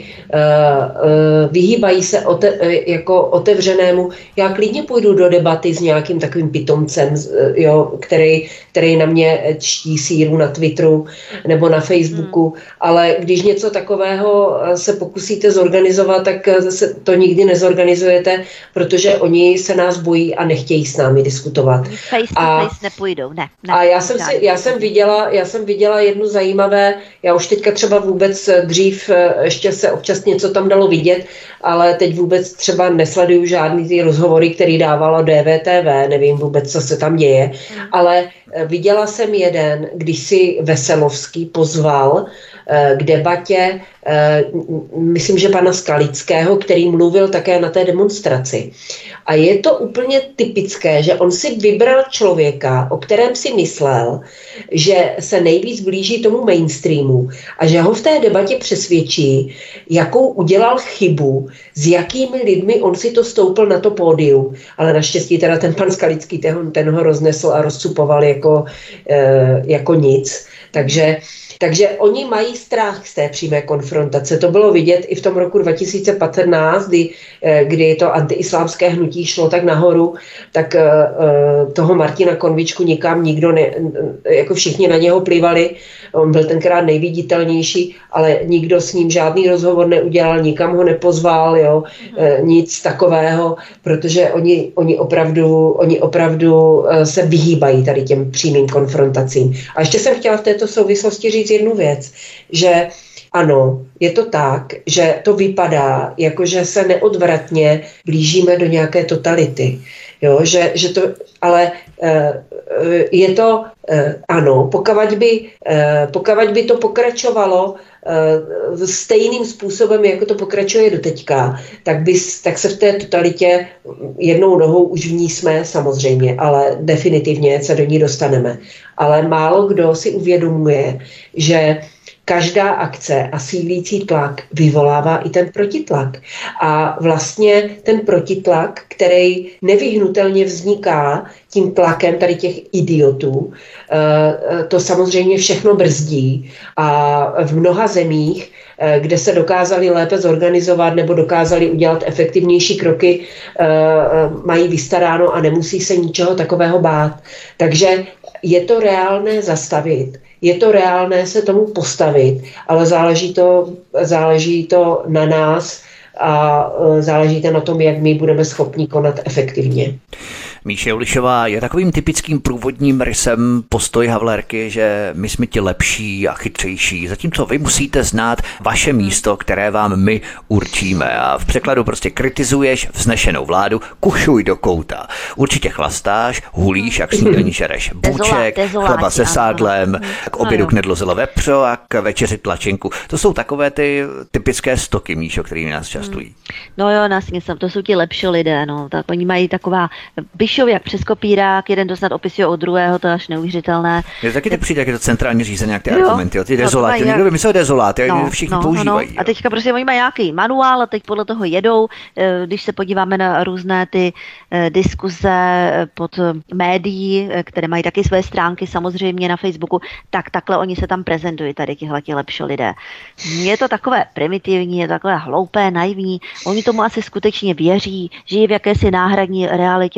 vyhýbají se jako otevřenému. Já klidně půjdu do debaty s nějakým takovým pitomcem, jo, který na mě čtí síru na Twitteru nebo na Facebooku, ale když něco takového se pokusíte zorganizovat, tak to nikdy nezorganizujete, protože oni se nás bojí a nechtějí s námi diskutovat. Face nepůjdou, ne. A já jsem viděla jednu zajímavé, já už teďka třeba vůbec dřív ještě se občas něco tam dalo vidět, ale teď vůbec třeba nesleduju žádný ty rozhovory, který dávalo DVTV, nevím vůbec, co se tam děje, ale viděla jsem jeden, když si Veselovský pozval k debatě, myslím, že pana Skalického, který mluvil také na té demonstraci. A je to úplně typické, že on si vybral člověka, o kterém si myslel, že se nejvíc blíží tomu mainstreamu a že ho v té debatě přesvědčí, jakou udělal chybu, s jakými lidmi on si to stoupil na to pódium. Ale naštěstí teda ten pan Skalický, ten ho roznesl a rozcupoval jako nic. Takže oni mají mají strach z té přímé konfrontace. To bylo vidět i v tom roku 2015, kdy to antiislámské hnutí šlo tak nahoru, tak toho Martina Konvičku nikam nikdo jako všichni na něho plivali. On byl tenkrát nejviditelnější, ale nikdo s ním žádný rozhovor neudělal, nikam ho nepozval, jo, nic takového, protože oni opravdu se vyhýbají tady těm přímým konfrontacím. A ještě jsem chtěla v této souvislosti říct jednu věc, že ano, je to tak, že to vypadá, jako že se neodvratně blížíme do nějaké totality. Jo, že to, ale je to, ano, pokud by to pokračovalo stejným způsobem, jako to pokračuje doteďka, tak se v té totalitě jednou nohou už v ní jsme samozřejmě, ale definitivně se do ní dostaneme. Ale málo kdo si uvědomuje, že každá akce a sílící tlak vyvolává i ten protitlak. A vlastně ten protitlak, který nevyhnutelně vzniká tím tlakem tady těch idiotů, to samozřejmě všechno brzdí. A v mnoha zemích, kde se dokázali lépe zorganizovat nebo dokázali udělat efektivnější kroky, mají vystaráno a nemusí se ničeho takového bát. Takže je to reálné zastavit. Je to reálné se tomu postavit, ale záleží to na nás a záleží to na tom, jak my budeme schopni konat efektivně. Míše Julišová, je takovým typickým průvodním rysem postoj Havlérky, že my jsme ti lepší a chytřejší, zatímco vy musíte znát vaše místo, které vám my určíme. A v překladu prostě kritizuješ vznešenou vládu, kušuj do kouta. Určitě chlastáš, hulíš a k snídani žereš buček, chleba se sádlem, k obědu knedlo vepřo a k večeři tlačinku. To jsou takové ty typické stoky, Míšo, kterými nás častují. No jo, to jsou ti lepší lidé, no. Tak oni mají taková jak přes kopírák, jeden to snad opisuje od druhého, to je až neuvěřitelné. Je taky tak přijde, jak je to centrálně řízené, jak ty argumenty, ty dezoláty, někdo by myslel dezoláty, všichni používají. A teďka prostě oni mají nějaký manuál a teď podle toho jedou, když se podíváme na různé ty diskuze pod médií, které mají taky své stránky samozřejmě na Facebooku, tak takhle oni se tam prezentují, tady tihleti lepší lidé. Je to takové primitivní, je to takové hloupé, naivní, oni tomu asi skutečně věří, žijí v jakési náhradní realitě,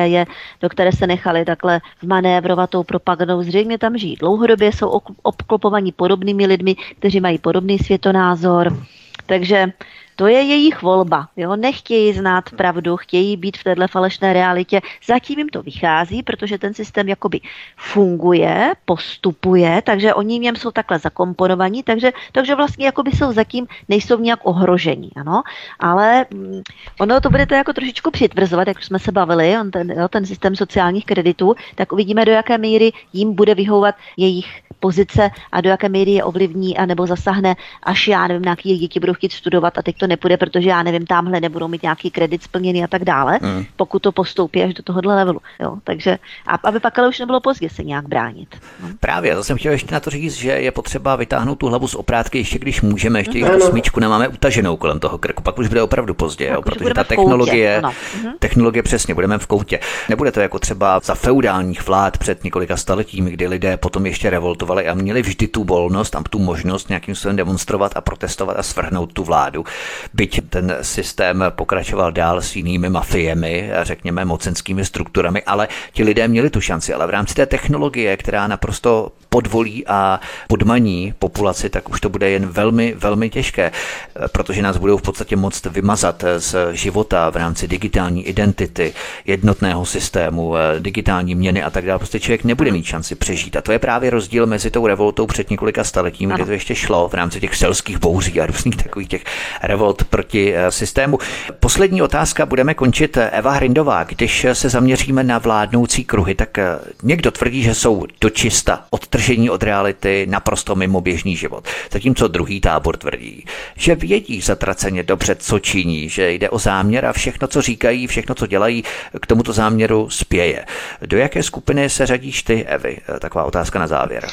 do které se nechali takhle vmanévrovat tou propagandou. Zřejmě tam žijí dlouhodobě, jsou obklopovaní podobnými lidmi, kteří mají podobný světonázor. Takže to je jejich volba. Jo? Nechtějí znát pravdu, chtějí být v této falešné realitě. Zatím jim to vychází, protože ten systém jakoby funguje, postupuje, takže oni v něm jsou takhle zakomponovaní, takže vlastně jakoby nejsou nějak ohrožení. Ano? Ale ono to budete jako trošičku přitvrzovat, jak už jsme se bavili, ten systém sociálních kreditů, tak uvidíme, do jaké míry jim bude vyhovovat jejich pozice a do jaké míry je ovlivní a nebo zasáhne, až já nevím, nějaký jejich děti budou chtít studovat a teď to nepůjde, protože já nevím, tamhle nebudou mít nějaký kredit splněný a tak dále, pokud to postoupí až do tohohle levelu. Jo, takže aby pak ale už nebylo pozdě se nějak bránit. No. Právě, to jsem chtěl ještě na to říct, že je potřeba vytáhnout tu hlavu z oprátky, ještě když můžeme, ještě tu smyčku nemáme utaženou kolem toho krku, pak už bude opravdu pozdě, jo, protože ta technologie přesně, budeme v koutě. Nebude to jako třeba za feudálních vlád před několika staletími, kdy lidé potom ještě revoltovali a měli vždy tu volnost a tu možnost nějakým způsobem demonstrovat a protestovat a svrhnout tu vládu. Byť ten systém pokračoval dál s jinými mafiemi, řekněme mocenskými strukturami, ale ti lidé měli tu šanci, ale v rámci té technologie, která naprosto podvolí a podmaní populaci, tak už to bude jen velmi, velmi těžké, protože nás budou v podstatě moct vymazat z života v rámci digitální identity, jednotného systému, digitální měny a tak dále. Prostě člověk nebude mít šanci přežít. A to je právě rozdíl mezi tou revoltou před několika staletími, kdy to ještě šlo v rámci těch selských bouří a různých takových těch revolt proti systému. Poslední otázka, budeme končit. Eva Hrindová, když se zaměříme na vládnoucí kruhy, tak někdo tvrdí, že jsou dočista odtržení od reality, naprosto mimo běžný život. Zatímco druhý tábor tvrdí, že vědí zatraceně dobře, co činí, že jde o záměr a všechno, co říkají, všechno, co dělají, k tomuto záměru spěje. Do jaké skupiny se řadíš ty, Evi? Taková otázka na závěr.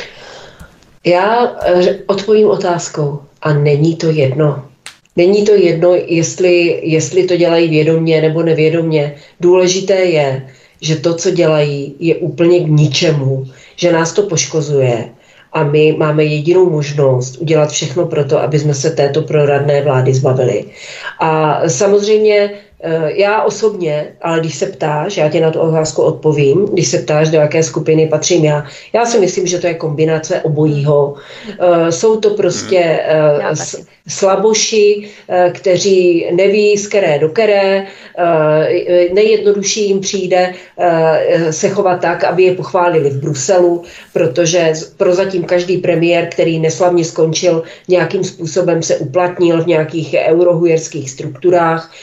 Já odpovím otázkou. A není to jedno. Není to jedno, jestli to dělají vědomě nebo nevědomě. Důležité je, že to, co dělají, je úplně k ničemu, že nás to poškozuje a my máme jedinou možnost udělat všechno pro to, aby jsme se této proradné vlády zbavili. A samozřejmě já osobně, ale když se ptáš, já ti na tu otázku odpovím, když se ptáš, do jaké skupiny patřím já si myslím, že to je kombinace obojího. Jsou to prostě slaboši, kteří neví z které do které, nejjednodušší jim přijde se chovat tak, aby je pochválili v Bruselu, protože prozatím každý premiér, který neslavně skončil, nějakým způsobem se uplatnil v nějakých eurohujerských strukturách,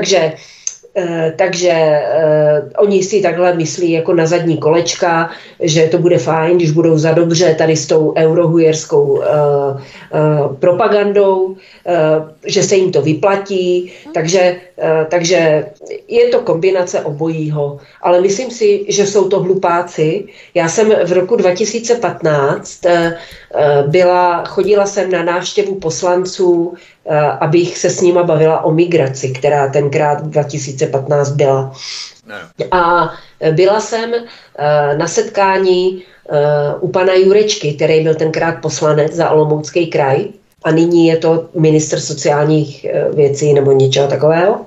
takže oni si takhle myslí jako na zadní kolečka, že to bude fajn, když budou za dobře tady s tou eurohujerskou propagandou, že se jim to vyplatí, takže je to kombinace obojího. Ale myslím si, že jsou to hlupáci. Já jsem v roku 2015 chodila jsem na návštěvu poslanců, abych se s nima bavila o migraci, která tenkrát 2015 byla. A byla jsem na setkání u pana Jurečky, který byl tenkrát poslanec za Olomoucký kraj a nyní je to ministr sociálních věcí nebo něčeho takového.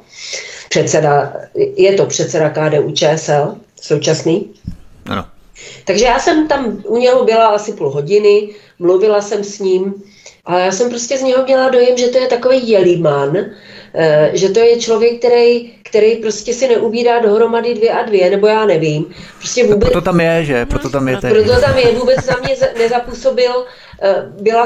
Je to předseda KDU-ČSL, současný. Ano. Takže já jsem tam u něho byla asi půl hodiny, mluvila jsem s ním a já jsem prostě z něho měla dojem, že to je takový jelíman, že to je člověk, který prostě si neubírá dohromady 2 a 2, nebo já nevím. Prostě vůbec, proto tam je, že? Proto tam je. Vůbec na mě nezapůsobil. Byla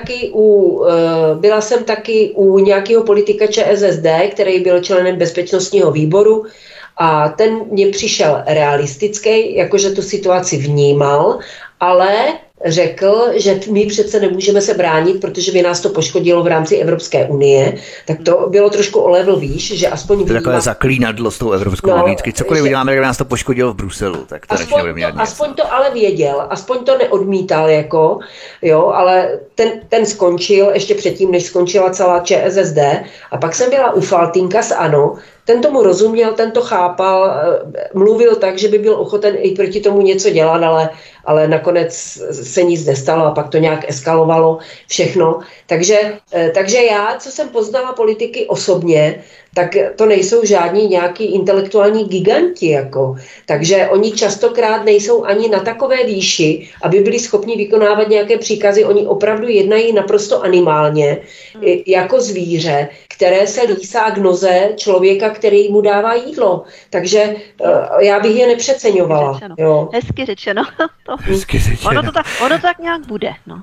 jsem taky u nějakého politika ČSSD, který byl členem bezpečnostního výboru a ten mně přišel realistický, jakože tu situaci vnímal, ale řekl, že my přece nemůžeme se bránit, protože by nás to poškodilo v rámci Evropské unie, tak to bylo trošku o level výš, že aspoň... To je takové zaklínadlo s tou Evropskou unii. Cokoliv uděláme, kdyby nás to poškodilo v Bruselu, tak to aspoň to ale věděl, aspoň to neodmítal, ale ten skončil ještě předtím, než skončila celá ČSSD a pak jsem byla u Faltýnka z ANO, ten tomu rozuměl, ten to chápal, mluvil tak, že by byl ochoten i proti tomu něco dělat, ale nakonec se nic nestalo a pak to nějak eskalovalo všechno. Takže já, co jsem poznala politiky osobně, tak to nejsou žádní nějaký intelektuální giganti. Takže oni častokrát nejsou ani na takové výši, aby byli schopni vykonávat nějaké příkazy. Oni opravdu jednají naprosto animálně, jako zvíře, které se lísá k noze člověka, který mu dává jídlo. Takže já bych je nepřeceňovala. Hezky řečeno. Hezky řečeno. Ono to tak nějak bude. No.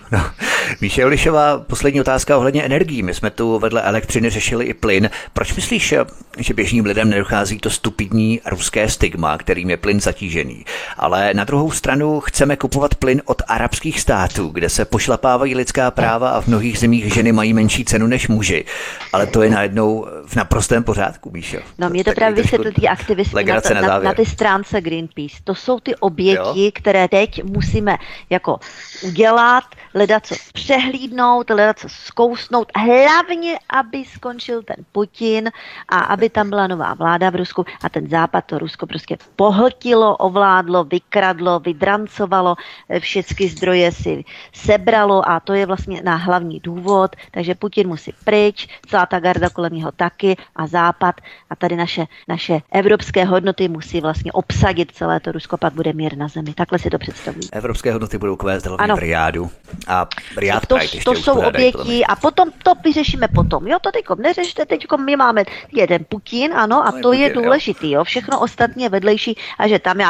Míša Jolišová, poslední otázka ohledně energií. My jsme tu vedle elektřiny řešili i plyn. Proč myslíš, že běžným lidem nedochází to stupidní ruské stigma, kterým je plyn zatížený? Ale na druhou stranu chceme kupovat plyn od arabských států, kde se pošlapávají lidská práva a v mnohých zemích ženy mají menší cenu než muži. Ale to je najednou v naprostém pořádku, Míšo. No mě to právě vysvětlí ty aktivisty na ty stránce Greenpeace. To jsou ty oběti, které teď musíme jako udělat, hledat přehlídnout, hledat zkousnout, hlavně, aby skončil ten Putin a aby tam byla nová vláda v Rusku a ten západ to Rusko prostě pohltilo, ovládlo, vykradlo, vydrancovalo, všechny zdroje si sebralo a to je vlastně na hlavní důvod, takže Putin musí pryč, celá ta garda kolem něho taky a západ a tady naše evropské hodnoty musí vlastně obsadit celé to Rusko, pak bude mír na zemi. Takhle si to představuji. Evropské hodnoty budou kvést hlavně v Riádu. A Riád to jsou oběti a potom to vyřešíme potom. Jo, to teďkom neřešte, teďkom my máme jeden Putin, ano, a to Putin, je důležitý, jo. Všechno ostatně vedlejší a že tam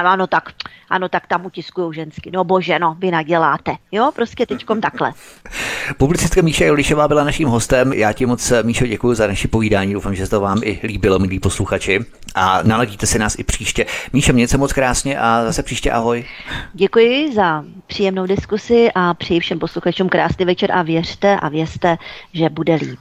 tak tam utiskujou žensky. No bože, no, vy naděláte. Jo, prostě teďkom takhle. Publicistka Míša Jolišová byla naším hostem. Já ti moc, Míšo, děkuji za naše povídání. Doufám, že se to vám i líbilo, milí posluchači. A naladíte si nás i příště. Míšo, mějte se moc krásně a zase příště ahoj. Děkuji za příjemnou diskusi a přeji všem posluchačům krásný večer a věřte, že bude líp.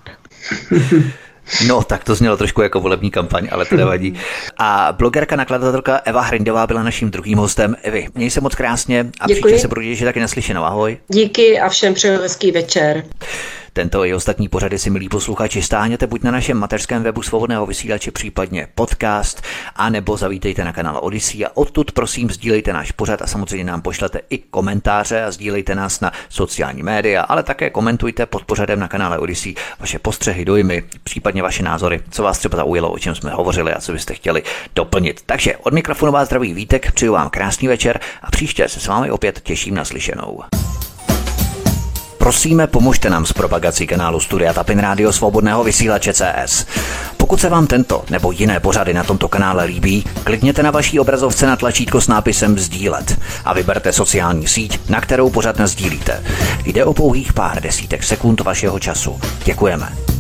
No, tak to znělo trošku jako volební kampaň, ale to nevadí. A blogerka, nakladatelka Eva Hrindová byla naším druhým hostem. Evi, měj se moc krásně a příště se budu těšit taky naslyšenou. Ahoj. Díky a všem přeju hezký večer. Tento i ostatní pořady si, milí posluchači, stáhněte buď na našem mateřském webu Svobodného vysílače, případně podcast, anebo zavítejte na kanál Odyssey a odtud prosím sdílejte náš pořad a samozřejmě nám pošlete i komentáře a sdílejte nás na sociální média, ale také komentujte pod pořadem na kanále Odyssey vaše postřehy, dojmy, případně vaše názory, co vás třeba zaujalo, o čem jsme hovořili a co byste chtěli doplnit. Takže od mikrofonu vás zdraví Vítek, přeju vám krásný večer a příště se s vámi opět těším na slyšenou. Prosíme, pomožte nám s propagací kanálu Studia Tapin Rádio Svobodného vysílače CS. Pokud se vám tento nebo jiné pořady na tomto kanále líbí, klikněte na vaší obrazovce na tlačítko s nápisem sdílet a vyberte sociální síť, na kterou pořad nasdílíte. Jde o pouhých pár desítek sekund vašeho času. Děkujeme.